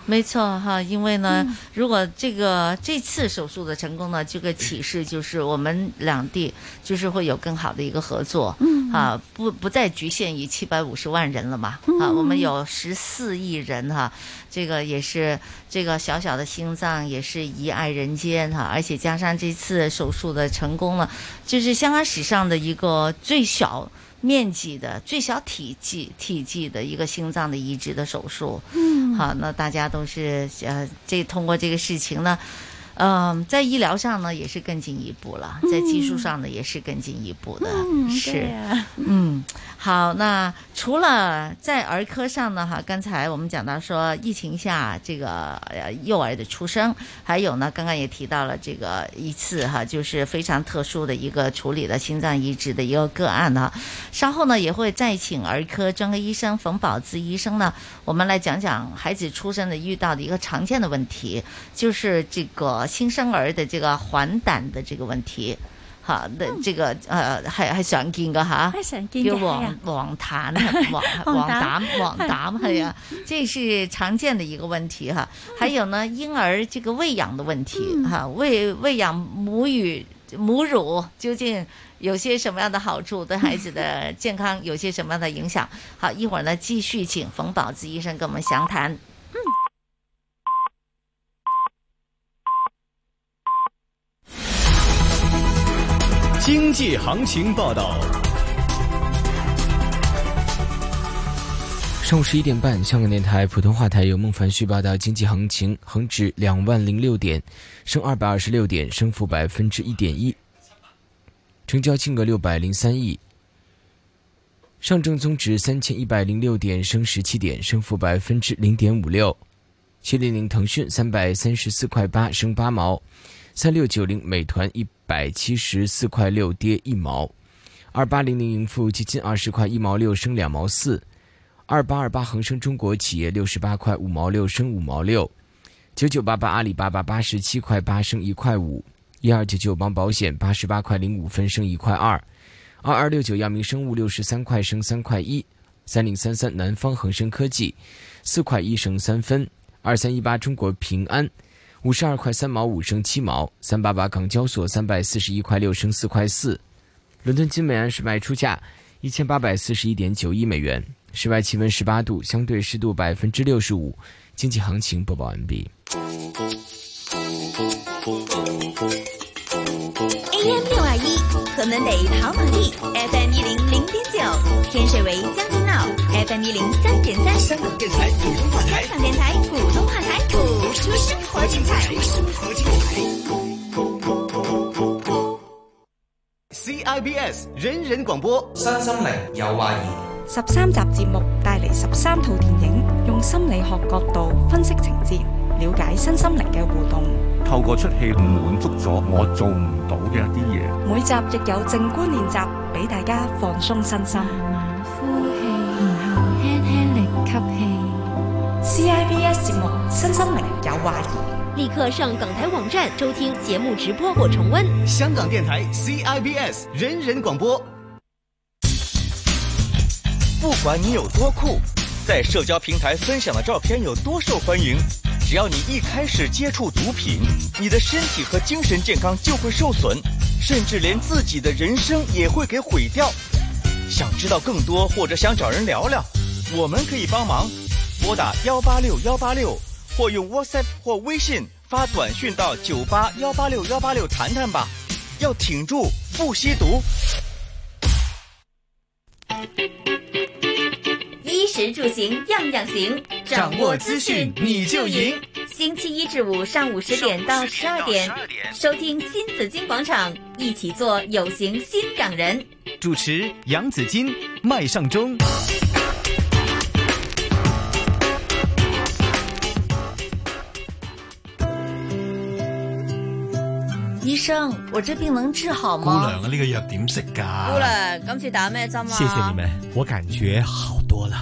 没错哈，因为呢，如果这次手术的成功呢，这个启示就是我们两地就是会有更好的一个合作，不再局限于750万人了嘛，我们有14亿人哈，这个也是这个小小的心脏也是遗爱人间哈，而且加上这次手术的成功呢，就是香港史上的一个最小面积的最小体积的一个心脏的移植的手术，好，那大家都是通过这个事情呢，在医疗上呢也是更进一步了，在技术上呢也是更进一步的，是，好，那除了在儿科上呢，哈，刚才我们讲到说疫情下这个幼儿的出生，还有呢，刚刚也提到了这个一次哈，就是非常特殊的一个处理的心脏移植的一个个案哈。稍后呢也会再请儿科专科医生冯宝芝医生呢，我们来讲讲孩子出生的遇到的一个常见的问题，就是这个新生儿的这个环胆的这个问题。好，這個係常見㗎嚇，叫黃疸係啊，這是常見的一個問題哈。還有呢，嬰兒這個餵養的問題哈，餵養母乳究竟有些什麼樣的好處，對孩子的健康有些什麼樣的影響？好，一會兒呢繼續請馮寶芝醫生跟我們詳談。 經濟行情報道。 上午11點半，香港電台普通話台由孟凡旭報道經濟行情，恒指20006點，升226點，升幅1.1%，成交金額603億。上證綜指3106點，升17點，升幅0.56%。700騰訊334塊8，升8毛。3690美團174塊6，跌1毛。2800盈富基金20塊1毛6，升2毛4。2828恒生中國企業68塊5毛6，升5毛6。9988阿里巴巴87塊8，升1塊5。1299邦保險88塊05分，升1塊2。2269藥明生物63塊，升3塊1。3033南方恒生科技4塊1，升3分。2318中國平安52塊3毛5，升7毛。388港交所341塊6，升4塊4。倫敦金每安士賣出價1841.91美元。室外氣溫18度，相對濕度65%。經濟行情播報完畢。 AM621河門北跑馬地 FM 100.9天水圍將軍澳 FM 103.3香港電台普通話台，香港電台普通話台，播出生活精彩。 CIBS 人人廣播， 新心靈有話兒。 13集節目帶嚟13套電影，用心理學角度分析情節，了解身心靈嘅互動。 透過出戲滿足咗我做唔到嘅一啲嘢。 每集亦有靜觀練習，俾大家放鬆身心。 慢慢呼氣，然後輕輕力吸氣。 CIBS 節目《身心靈有話兒》， 立刻上港台網站收聽節目直播或重溫。 香港電台 CIBS 人人廣播。不管你有多酷，在社交平台分享的照片有多受欢迎，只要你一開始接觸毒品，你的身體和精神健康就會受損，甚至連自己的人生也會給毀掉。想知道更多或者想找人聊聊，我們可以幫忙，撥打186186，或用 WhatsApp 或微信發短訊到98186186談談吧。要挺住，不吸毒。 衣食住行樣樣行， 掌握資訊你就贏。 星期一至五上午10點到12點，收聽新紫荊廣場，一起做有型新港人。 主持楊紫荊、麥尚中。 醫生，我這病能治好嗎？ 姑娘啊，呢個藥點食㗎？ 姑娘，今次打咩針啊？ 謝謝你們，我感覺好多了。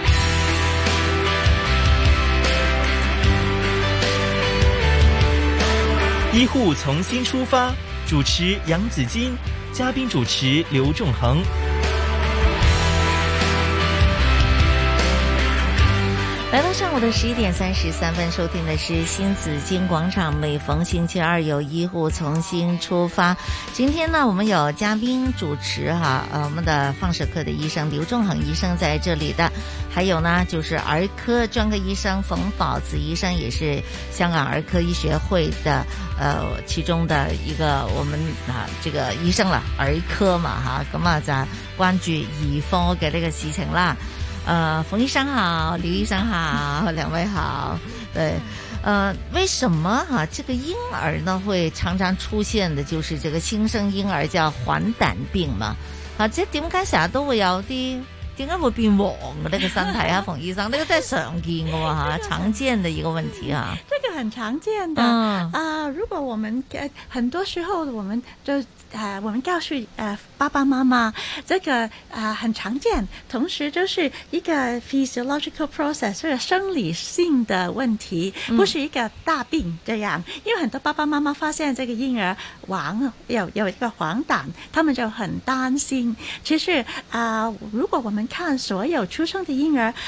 醫護從新出發，主持楊紫荊，嘉賓主持劉仲恒。 来到上午的11点33分，收听的是新紫金广场，每逢星期二有医护重新出发。今天呢，我们有嘉宾主持哈，我们的放射科的医生刘仲恒医生在这里的，还有呢就是儿科专科医生冯宝子医生，也是香港儿科医学会的其中的一个我们這個醫生啦，兒科嘛嚇，咁啊就關注兒科嘅呢個事情啦。馮醫生好，劉醫生好，兩位好。對，為什麼這個嬰兒呢會常常出現的，就是這個新生嬰兒叫黃疸病嘛？即係點解成日都會有啲？點解會變黃嘅呢個身體啊，馮醫生？呢個真係常見嘅喎，常見的一個問題啊。 這個很常見的如果我們很多時候我們就我們告訴爸爸媽媽，這個很常見，同時就是一個 physiological process， 是生理性的問題，不是一個大病這樣。因為很多爸爸媽媽發現這個嬰兒有一個黃疸，他們就很擔心。其實如果我們看所有出生的嬰兒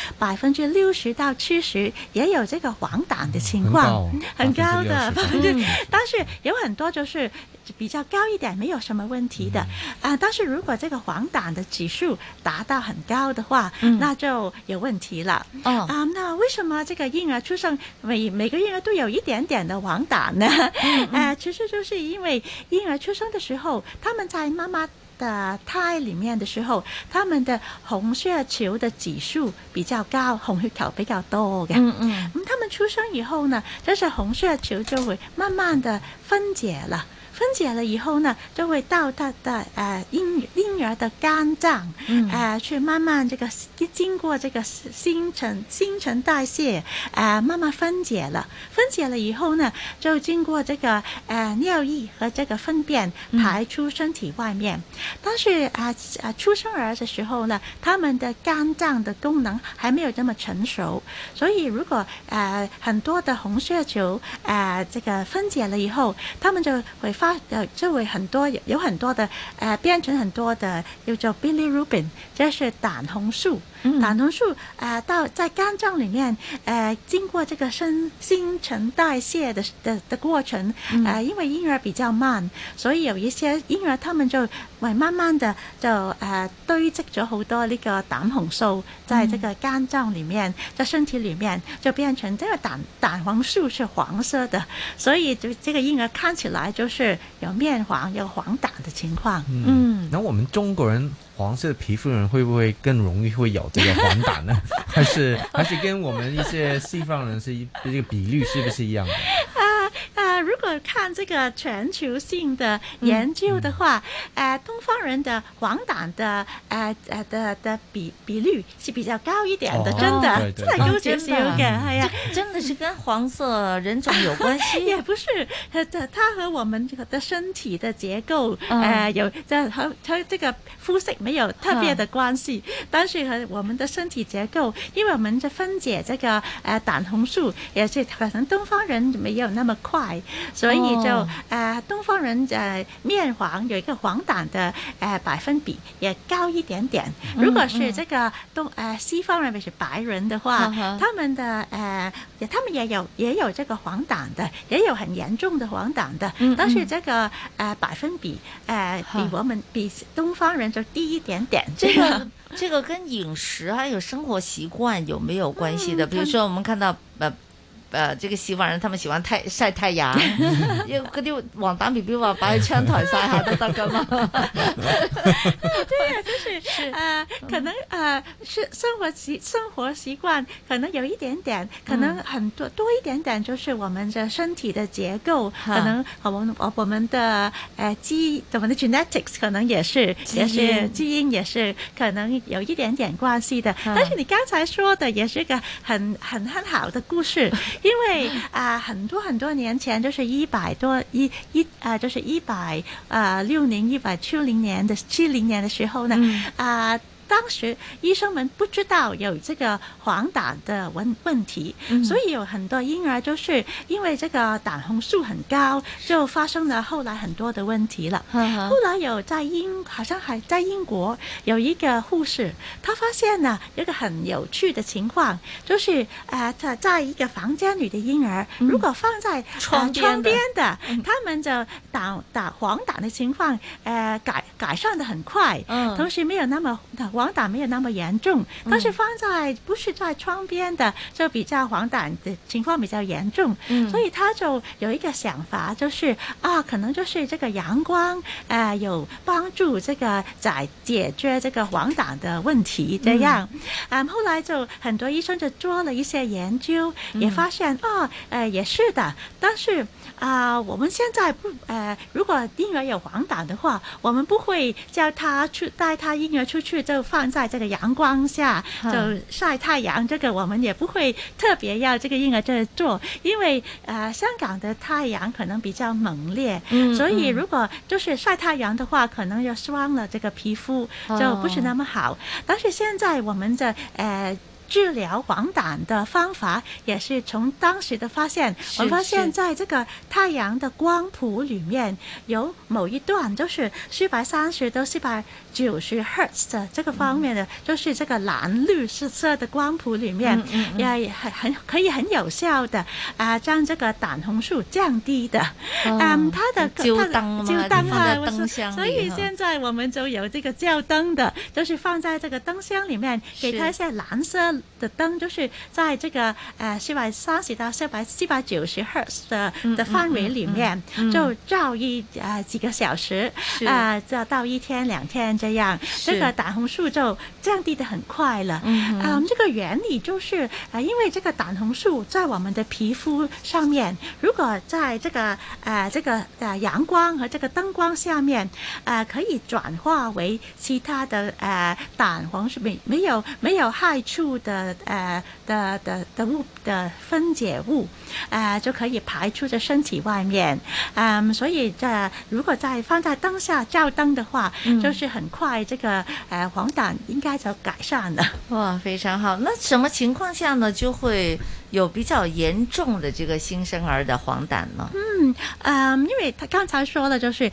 ，60%到70%也有這個黃疸的情況，很高的。但是有很多就是比較高一點，沒有什麼問題的。但是如果這個黃疸的指數達到很高的話，那就有問題了。那為什麼這個嬰兒出生每個嬰兒都有一點點的黃疸呢？其實就是因為嬰兒出生的時候，他們在媽媽的胎裏面的時候，他們的紅血球的指數比較高，紅血球比較多嘅。他們出生以後呢，就是紅血球就會慢慢的分解了。分解了以後呢，就會到他的嬰兒的肝臟，去慢慢這個經過這個新陳代謝，慢慢分解了。分解了以後呢，就經過這個尿液和這個糞便排出身體外面。但是出生兒的時候呢，他們的肝臟的功能還沒有這麼成熟，所以如果很多的紅血球這個分解了以後，他們就會就會有很多的變成很多的叫做 bilirubin， 就是膽紅素。膽紅素到在肝臟裡面經過這個新陳代謝的過程，因為嬰兒比較慢，所以有一些嬰兒他們就會慢慢的就堆積咗好多呢個膽紅素在這個肝臟裡面，在身體裡面就變成這個膽黃素是黃色的，所以就這個嬰兒看起來就是有面黃有黃疸的情況。 那我們中國人黃色皮膚人會不會更容易會有這個黃疸呢？還是跟我們一些西方人是這個比率是不是一樣的？ 如果看這個全球性的研究的話，東方人的黃疸的比率是比較高一點的，真的真係高少少嘅，係啊， 真的是跟黃色人種有關係？ 也不是，它和我們的身體的結構有和這個膚色沒有特別的關係，但是和我們的身體結構，因為我們的分解這個膽紅素也是可能東方人沒有那麼快。所以就東方人面黃有一個黃疸的百分比也高一點點。如果是這個西方人，比如白人的話，他們也有這個黃疸的，也有很嚴重的黃疸的，但是這個百分比比東方人就低一點點。 這個跟飲食還有生活習慣有沒有關係的？比如說我們看到這個西方人他們喜歡曬太陽，因為嗰啲黃疸 BB 話擺喺窗台曬下都得㗎嘛。 對，就是可能是生活習慣可能有一點點，可能很多一點點，就是我們的身體的結構，可能我們的我們的 genetics 可能也是基因也是可能有一點點關係的。但是你剛才說的也是一個很好的故事。因為很多年前，就是就是160、170年的時候呢， 当时医生们不知道有这个黄疸的问题，所以有很多婴儿就是因为这个胆红素很高，就发生了后来很多的问题了。后来有好像还在英国有一个护士，他发现呢有一个很有趣的情况，就是在一个房间里的婴儿，如果放在窗边的，他们就打黄疸的情况改善的很快，同时黄疸没有那么严重，但是不是在窗边的，就比较黄疸的情况比较严重，所以他就有一个想法，就是可能就是这个阳光有帮助这个解决这个黄疸的问题，这样，后来就很多医生就做了一些研究，也发现也是的，但是我们现在如果婴儿有黄疸的话，我们不会叫他带他婴儿出去就放在这个阳光下就晒太阳，这个我们也不会特别要这个婴儿这做，因为香港的太阳可能比较猛烈，所以如果就是晒太阳的话，可能就伤了这个皮肤，就不是那么好。但是现在我们的治疗黄疸的方法也是从当时的发现，我们发现在这个太阳的光谱里面有某一段就是430到490赫兹的这个方面的，就是这个蓝绿色的光谱里面，也可以很有效的将这个胆红素降低的。它的照灯啊，灯箱， 所以现在我们就有这个照灯的，就是放在这个灯箱里面，给它一些蓝色的灯，就是在这个430到490赫兹的范围里面，就照几个小时，到1天2天这样，这个胆红素就降低的很快了。这个原理就是因为这个胆红素在我们的皮肤上面，如果在这个阳光和这个灯光下面，可以转化为其他的胆红素没有害处的分解物，就可以排出在身体外面。所以如果放在灯下照灯的话，就是很快这个黄疸应该就改善了。 哇，非常好。那什么情况下呢就会有比较严重的这个新生儿的黄疸呢？ 因为他刚才说了，就是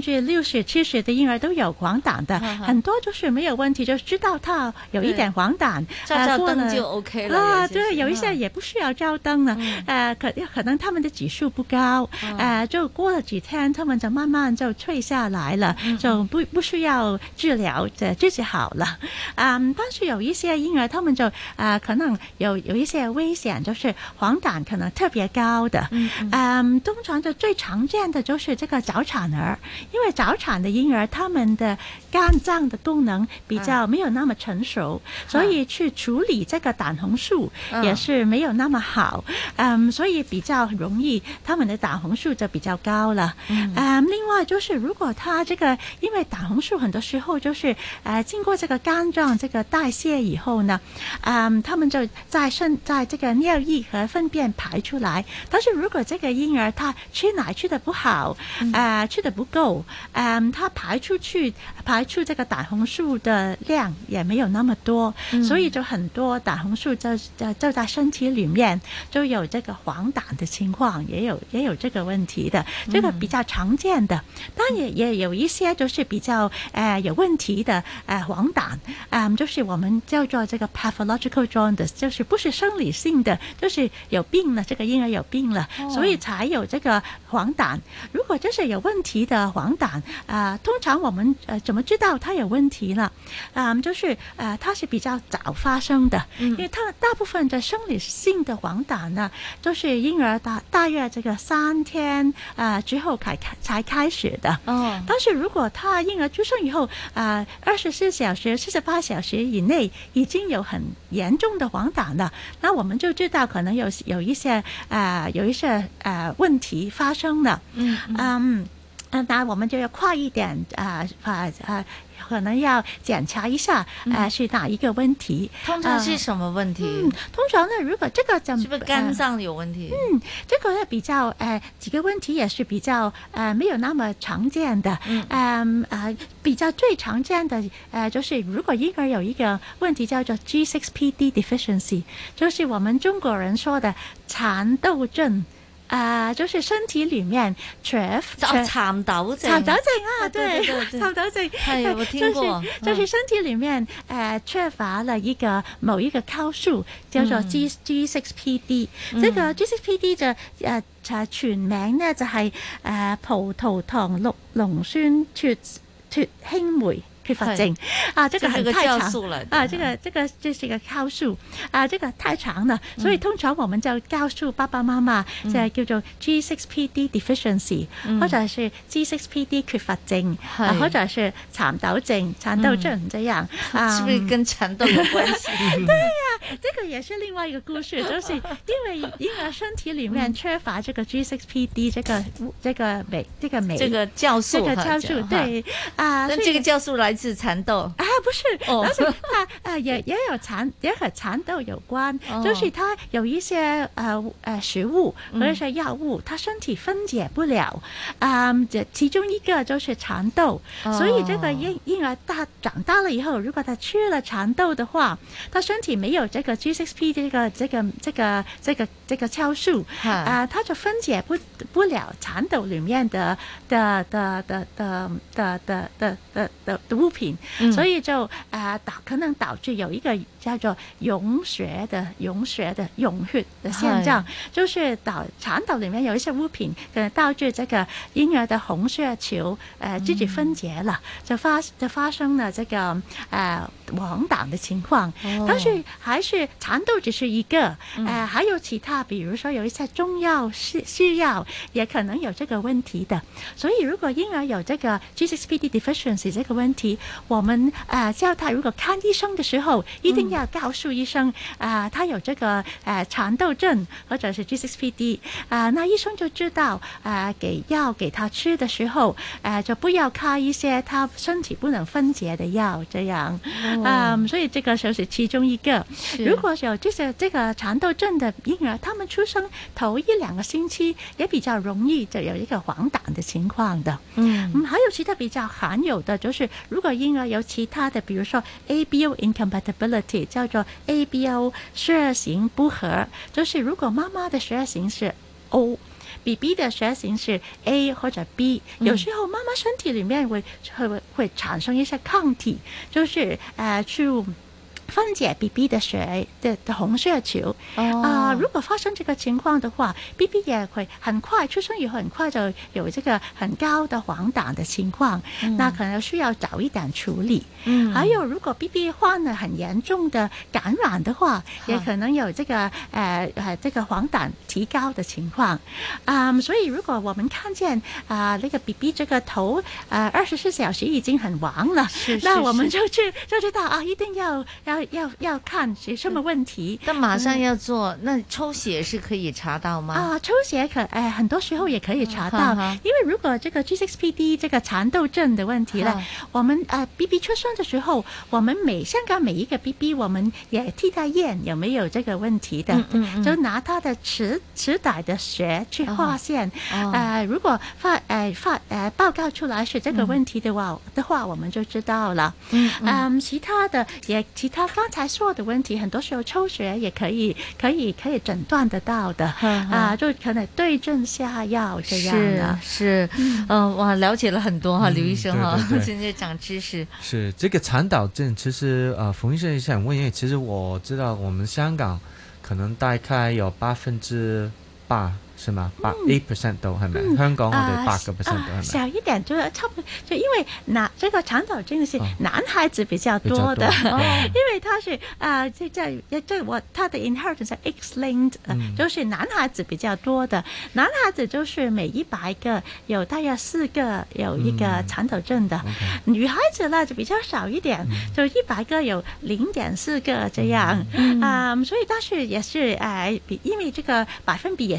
60%-70%的婴儿都有黄疸的，很多就是没有问题，就知道他有一点黄疸， 照灯就 OK 了。 对，有一些也不需要照灯了，可能他们的指数不高，就过了几天，他们就慢慢就退下来了，就不需要治疗，自己好了。但是有一些婴儿，他们就可能有一些危险，就是黄疸可能特别高的。通常就最常见的就是这个早产儿，因为早产的婴儿他们的肝脏的功能比较没有那么成熟，所以去处理这个胆红素也是没有那么好，所以比较容易他们的胆红素就比较高了。另外就是如果他因为胆红素很多时候就是经过这个肝脏这个代谢以后呢，他们就在这个尿液和粪便排出来，但是如果这个婴儿他吃奶吃的不好，吃的不够，他排出这个胆红素的量也没有那么多，所以就很多胆红素就在身体里面就有这个黄疸的情况，也有这个问题的，这个比较常见的。当然也有一些就是比较有问题的黄疸，就是我们叫做这个 pathological jaundice， 就是不是生理性的，就是有病了，这个婴儿有病了，所以才有这个黄疸。如果就是有问题的黄疸，通常我们怎么知道它有问题了？就是它是比较早发生的，因为它大部分的生理性的黄疸呢，都是婴儿大约这个3天之后才开始的。但是如果他婴儿出生以后24小时、48小时以内已经有很严重的黄疸了，那我们就知道可能有一些问题发生了。 那我们就要快一点可能要检查一下是哪一个问题。 通常是什么问题？ 通常呢，如果这个是不是肝脏有问题？ 这个呢比较几个问题也是比较没有那么常见的。比较最常见的就是如果婴儿有一个问题叫做 G6PD deficiency， 就是我们中国人说的蚕豆症。就是身体里面缺蚕豆症啊，对，蚕豆症， 我听过， 就是身体里面缺乏了某一个酵素，叫做 G6PD。这个 G6PD 就全名呢就係葡萄糖綠濃酸脱氫酶缺乏症这个很太长这个就是一个酵素这个太长了，所以通常我们就告诉爸爸妈妈就叫做 G6PD deficiency，或者是 G6PD 缺乏症，或者是蚕豆症这样是不是跟蚕豆有关系？ 对呀，这个也是另外一个故事，就是因为婴儿身体里面缺乏这个 G6PD 这个酶这个酵素， 对那这个酵素来自蚕豆不是，而且它也和蚕豆有关，就是它有一些食物或者是药物，它身体分解不了，其中一个就是蚕豆，所以这个婴儿长大了以后，如果他吃了蚕豆的话，他身体没有这个 G6P 这个酵素，它就分解不了蚕豆里面的物品，所以就可能导致有一个叫做溶血的现象，就是蚕豆里面有一些物品可能导致这个婴儿的红血球自己分解了，就发生了这个黄疸的情况。但是还是蚕豆只是一个，还有其他，比如说有一些中药西药也可能有这个问题的。所以如果婴儿有这个 G6PD deficiency 这个问题，我们叫他如果看医生的时候，一定要告诉医生他有这个蚕豆症或者是 G6PD，那医生就知道给药给他吃的时候就不要开一些他身体不能分解的药，这样所以这个就是其中一个。如果有这个蚕豆症的婴儿，他们出生头1-2个星期也比较容易就有一个黄疸的情况的。还有其他比较罕有的就是如果婴儿有其他的，比如说 ABO incompatibility， 叫做 ABO 12型不合，就是如果妈妈的12型是 O，BB 的12型是 A 或者 B， 有时候妈妈身体里面会产生一些抗体，就是去分解 BB 的血的红血球如果发生这个情况的话， BB 也会很快出生以后很快就有这个很高的黄疸的情况，那可能需要早一点处理。还有如果 BB 患了很严重的感染的话，也可能有这个黄疸提高的情况。所以如果我们看见那个 BB 这个头24小时已经很黄了，那我们就知道一定要看是什么问题， 但马上要做。那抽血是可以查到吗？ 抽血很多时候也可以查到，因为如果这个 G6PD 这个蚕豆症的问题呢，我们BB 出生的时候，我们香港每一个 BB 我们也替他验有没有这个问题的，就拿他的脐带的血去划线，如果报告出来是这个问题的话，我们就知道了。其他刚才说的问题，很多时候抽血也可以诊断得到的，就可能对症下药这样的。 是，哇，了解了很多哈，刘医生哈，今天长知识。 是这个蚕豆症，其实冯医生也想问，因为其实我知道我们香港可能大概有8%是吗？8% 都係咪？香港我哋8%都係咪？ 小一點就差不多，就因為這個產豆症是男孩子比較多的，因為他是他的 inheritance X-linked，就是男孩子比較多的。男孩子就是每100個有大約4個有一個產豆症的，女孩子呢就比較少一點，就100個有0.4個這樣。所以但是也是因為這個百分比也是比較高。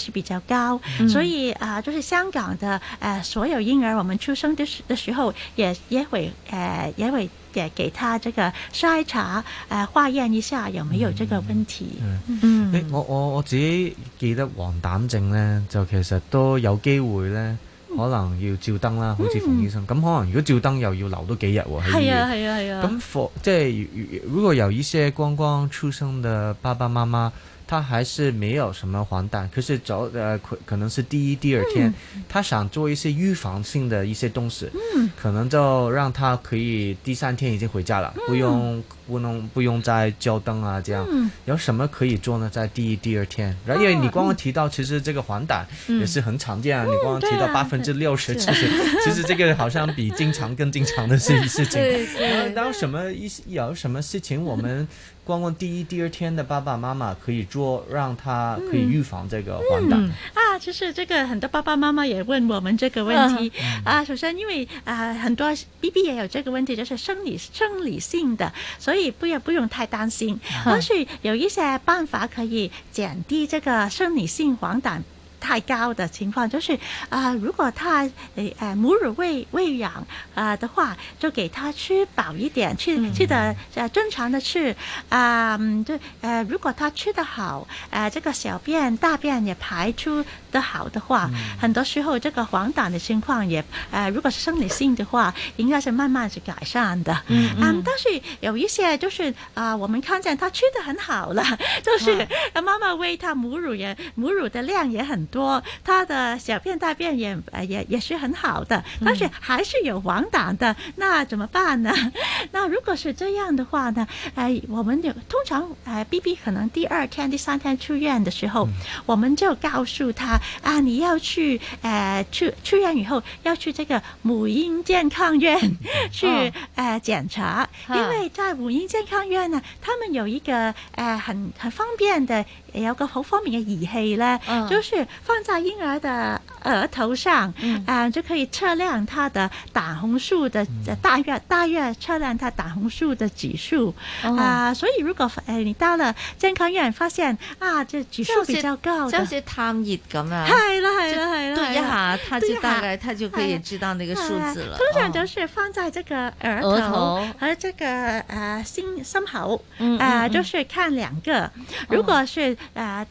高，所以就是香港的所有婴儿，我们出生的时候也会给他這個篩查化驗一下有沒有這個問題。 我自己記得黃疸症咧，就其實都有機會咧，可能要照燈啦，好似馮醫生咁，可能如果照燈又要留多幾日喎。係啊係啊係啊。咁即係如果有一些剛剛出生的爸爸媽媽，他還是沒有什麼黃疸，可是可能是第一、第二天，他想做一些預防性的一些東西，可能就讓他可以第3天已經回家了，不用再交燈啊，這樣有什麼可以做呢？在第一、第二天，然後因為你剛剛提到，其實這個黃疸也是很常見啊，你剛剛提到60%、70%，其實這個好像比經常更經常的事情。然後有什麼事情我們光第一、第二天的爸爸媽媽可以做，讓他可以預防這個黃疸？ 其實這個很多爸爸媽媽也問我們這個問題首先因為很多 BB 也有這個問題，就是生理性的，所以不用太擔心。但是有一些辦法可以減低這個生理性黃疸太高的情況，就是如果他母乳餵養的話，就給他吃飽一點，吃的正常的吃如果他吃得好這個小便大便也排出得好的話，很多時候這個黃疸的情況也如果是生理性的話，應該是慢慢是改善的。但是有一些就是我們看見他吃得很好了，就是媽媽餵他母乳的量也很多，他的小便大便也是很好的，但是還是有黃疸的，那怎麼辦呢？那如果是這樣的話呢，我們通常BB 可能第2天、第3天出院的時候，我們就告訴他你要去出院以後要去這個母嬰健康院去檢查，因為在母嬰健康院呢，他們有一個很方便的，有個好方便嘅儀器呢，就是放在嬰兒的額頭上，就可以測量他的膽紅素的大約測量他膽紅素的指數所以如果你到了健康院發現這指數比較高的， 就好似探熱咁啊， 係啦， 對一下，他就可以知道那個數字了。 通常就是放在這個額頭和這個心口就是看2個，如果是它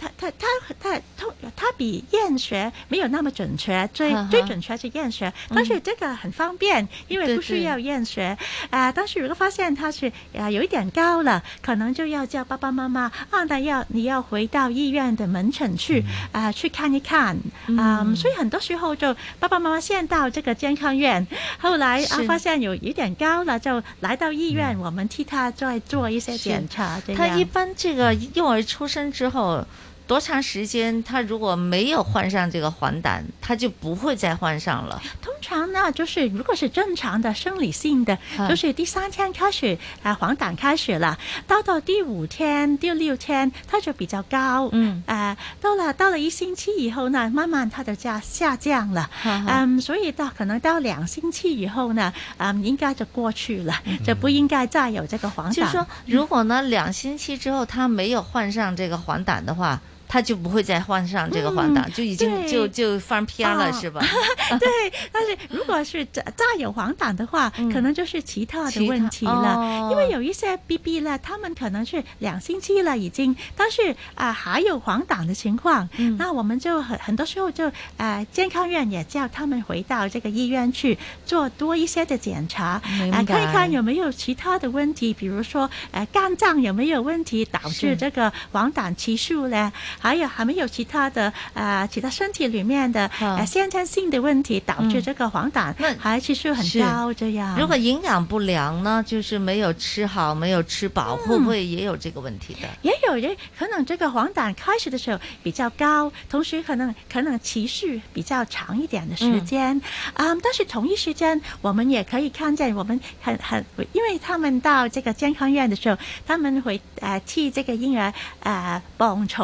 比驗血沒有那麼準確，最準確是驗血，但是這個很方便，因為不需要驗血。但是如果發現它是有一點高了，可能就要叫爸爸媽媽你要回到醫院的門診去去看一看。所以很多時候就爸爸媽媽先到這個健康院，後來發現有一點高了，就來到醫院，我們替他再做一些檢查。 他一般這個幼兒出生之後多長時間，他如果沒有患上這個黃疸，他就不會再患上了。 通常呢，就是如果是正常的生理性的，就是第3天開始黃疸開始了，到第5天、第6天，它就比較高。到了1星期以後呢，慢慢它就下降了。所以可能到2星期以後呢，應該就過去了，就不應該再有這個黃疸。 就是說，如果呢2星期之後他沒有患上這個黃疸的話，他就不會再患上這個黃疸，就已經就翻篇了，是吧？ 對，但是如果是再有黃疸的話，可能就是其他的問題了。因為有一些 BB 呢，他們可能是2星期了已經，但是還有黃疸的情況，那我們就很多時候就健康院也叫他們回到這個醫院去做多一些的檢查，看一看有沒有其他的問題，比如說肝臟有沒有問題導致這個黃疸期數呢？還沒有其他的其他身體裏面的先天性的問題導致這個黃疸還期數很高這樣。 如果營養不良呢，就是沒有吃好，沒有吃飽，會不會也有這個問題的？ 也有可能這個黃疸開始的時候比較高，同時可能期數比較長一點的時間。但是同一時間我們也可以看見，我們因為他們到這個健康院的時候，他們會替這個嬰兒磅重。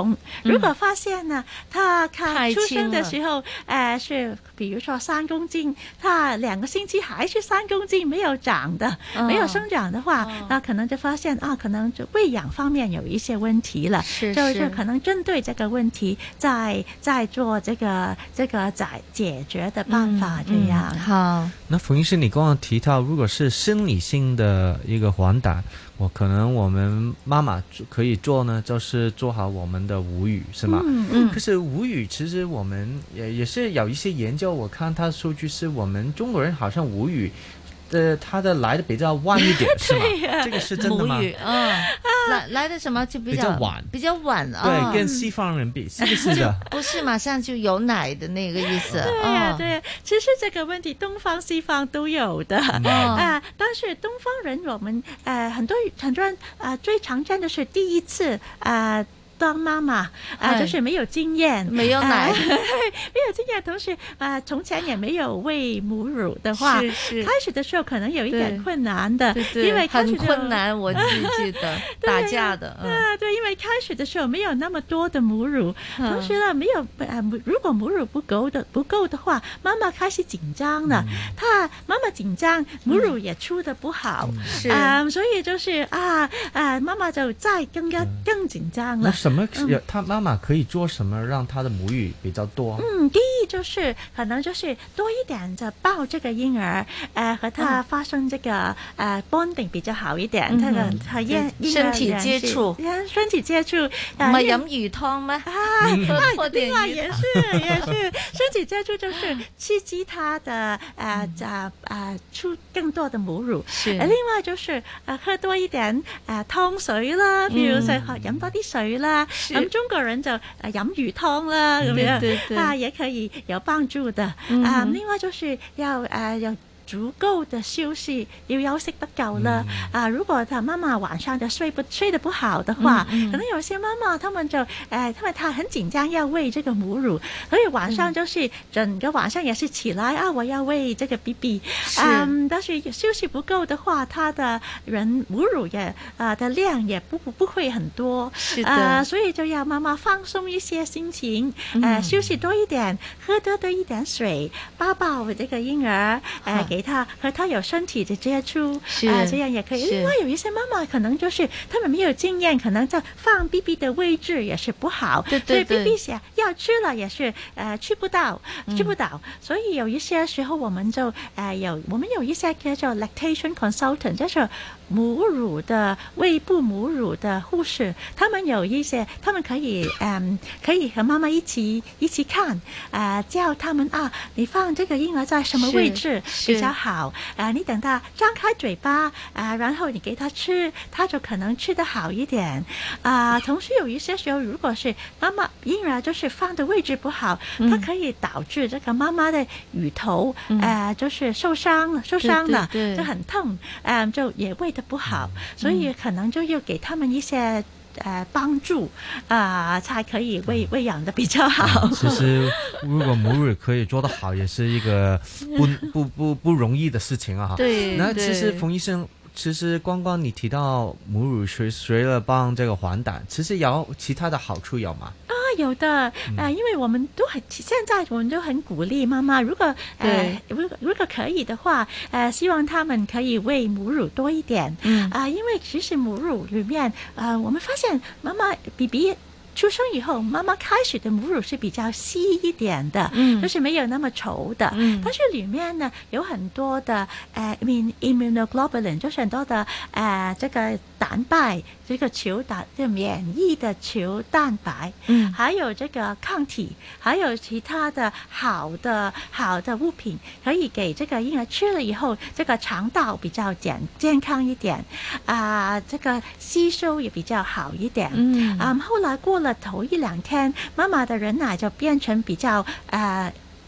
如果发现呢，他出生的时候，是比如说3公斤，他2个星期还是3公斤，没有长的，没有生长的话，那可能就发现可能就喂养方面有一些问题了，就可能针对这个问题再做这个解决的办法，这样。 好， 那冯医师，你刚刚提到，如果是生理性的一个黄疸，可能我们妈妈可以做呢，就是做好我们的母乳，是吗？可是母乳其实我们也是有一些研究，我看它数据是我们中国人好像母乳它的来的比较晚一点，是吗？这个是真的吗？ 母语来的什么就比较晚啊， 对，跟西方人比，是不是的？ 不是马上就有奶的那个意思。 对呀，对呀，其实这个问题东方西方都有的但是东方人我们很多人最常见的是第一次当妈妈就是没有经验， 没有奶， 没有经验，同时从前也没有喂母乳的话，开始的时候可能有一点困难的，因为很困难，我记得打架的， 对，因为开始的时候没有那么多的母乳，同时呢没有如果母乳不够的话，妈妈开始紧张了，妈妈紧张，母乳也出得不好，所以就是妈妈就更紧张了。 他妈妈可以做什么让他的母乳比较多？ 第一就是可能就是多一点的抱这个婴儿，和他发生这个bonding 比较好一点，这个身体接触，唔係飲魚湯咩？ 另外也是身體接觸，就是刺激他的出更多的母乳。另外就是喝多一點湯水啦，比如說飲多啲水啦。咁中國人就飲魚湯啦，咁樣也可以有幫助的。另外就是要足夠的休息，要休息得夠了如果他媽媽晚上就睡得不好的話，可能有些媽媽他們就他很緊張要餵這個母乳，所以晚上就是整個晚上也是起來我要餵這個 BB，但是休息不夠的話，他的母乳也的量也不會很多，所以就要媽媽放鬆一些心情，休息多一點，喝多一點水，抱抱這個嬰兒，給他和他有身體的接觸，這樣也可以。另外有一些媽媽可能就是他們沒有經驗，可能就放 BB 的位置也是不好，所以 BB 要吃了也是吃不到，所以有一些時候我們就我們有一些叫做 lactation consultant， 就是母乳的餵哺母乳的護士，他們有一些，他們可以和媽媽一起看，教他們你放這個嬰兒在什麼位置比較好，你等他張開嘴巴，然後你給他吃，他就可能吃得好一點。同時有一些時候，如果是媽媽嬰兒就是放的位置不好，它可以導致這個媽媽的乳頭就是受傷了，就很痛，就也餵得不好，所以可能就要給他們一些幫助才可以餵養的比較好。 其實如果母乳可以做得好，也是一個不容易的事情啊。 對， 那其實馮醫生，其實剛剛你提到母乳除了幫這個黃疸，其實有其他的好處有嗎？ 有的，因為我們現在我們都很鼓勵媽媽，如果可以的話，希望他們可以餵母乳多一點，因為其實母乳裏面，我們發現媽媽 BB 出生以後，媽媽開始的母乳是比較稀一點的，就是沒有那麼稠的，但是裏面呢有很多的immunoglobulin， 就是很多的這個蛋白，這個球免疫的球蛋白，還有這個抗體，還有其他的好的物品，可以給這個嬰兒吃了以後，這個腸道比較健康一點，這個吸收也比較好一點。後來過了頭1-2天，媽媽的人奶就變成比較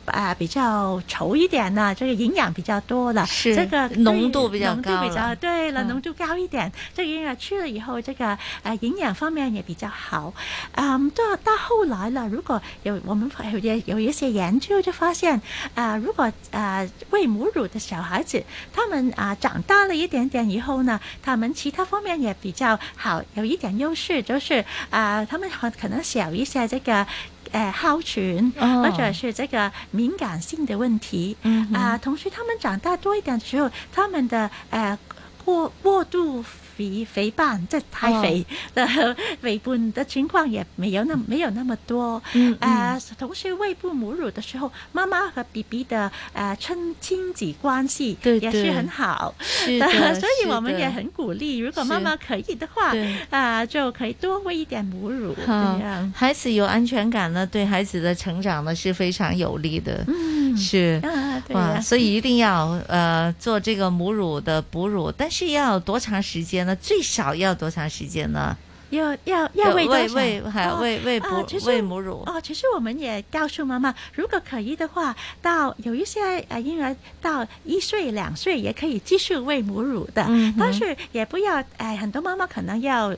比较稠一點呢，這個營養比較多了， 是這個濃度比較高了， 對了，濃度高一點，這個營養吃了以後，這個營養方面也比較好。到後來了，如果我們有一些研究就發現，如果餵母乳的小孩子，他們長大了一點點以後呢，他們其他方面也比較好，有一點優勢，就是他們可能少一些這個哮喘，或者是這個敏感性的問題。同時他們長大多一點的時候，他們的過度肥胖，即係太肥的肥胖的情況也沒有那麼多。同時餵哺母乳的時候，媽媽和 BB 的親子關係也是很好。所以我們也很鼓勵，如果媽媽可以的話，就可以多餵一點母乳。 孩子有安全感呢，對孩子的成長呢是非常有利的。是哇，所以一定要做這個母乳的哺乳，但是要多長時間呢？最少要多長時間呢？ 要餵母乳。 其實我們也告訴媽媽，如果可以的話，到有一些嬰兒到1歲2歲也可以繼續餵母乳的，但是也不要很多媽媽可能要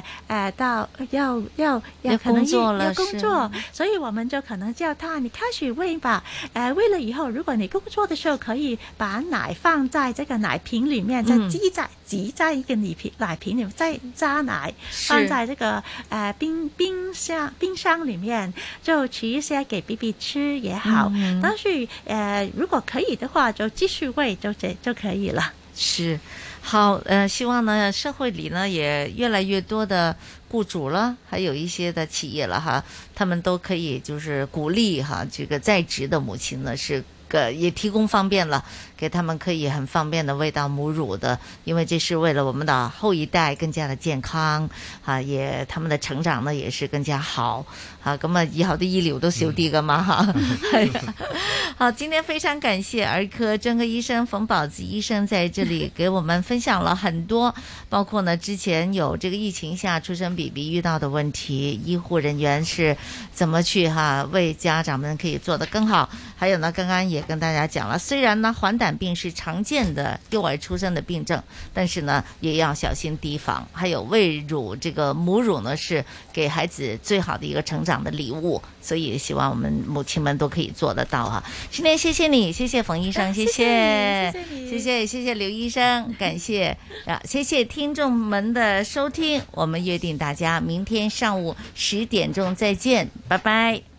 工作了， 所以我們就可能叫他你開始餵吧，餵了以後，如果你工作的時候可以把奶放在這個奶瓶裡面，再擠在一個奶瓶裡面，再加奶放在這個冰箱裡面，就取一些給 BB 吃也好。但是如果可以的話，就繼續餵就可以了。 是，好，希望呢社會裡呢也越來越多的雇主了，還有一些的企業了哈，他們都可以就是鼓勵哈，這個在職的母親呢是也提供方便了，給他們可以很方便的餵到母乳的，因為這是為了我們的後一代更加的健康啊，也他們的成長呢也是更加好啊，咁啊以後的醫療都少啲噶嘛哈。好，今天非常感謝兒科專科醫生馮寶子醫生在這裡給我們分享了很多，包括呢之前有這個疫情下出生 BB 遇到的問題，醫護人員是怎麼去為家長們可以做得更好，還有呢剛剛也跟大家講了，雖然呢黃疸病是常見的幼兒出生的病症，但是呢也要小心提防，還有餵乳這個母乳呢是給孩子最好的一個成長的禮物，所以希望我們母親們都可以做得到哈。今天謝謝你，謝謝馮醫生，謝謝劉醫生，感謝謝謝聽眾們的收聽，我們約定大家明天上午10點鐘再見，拜拜。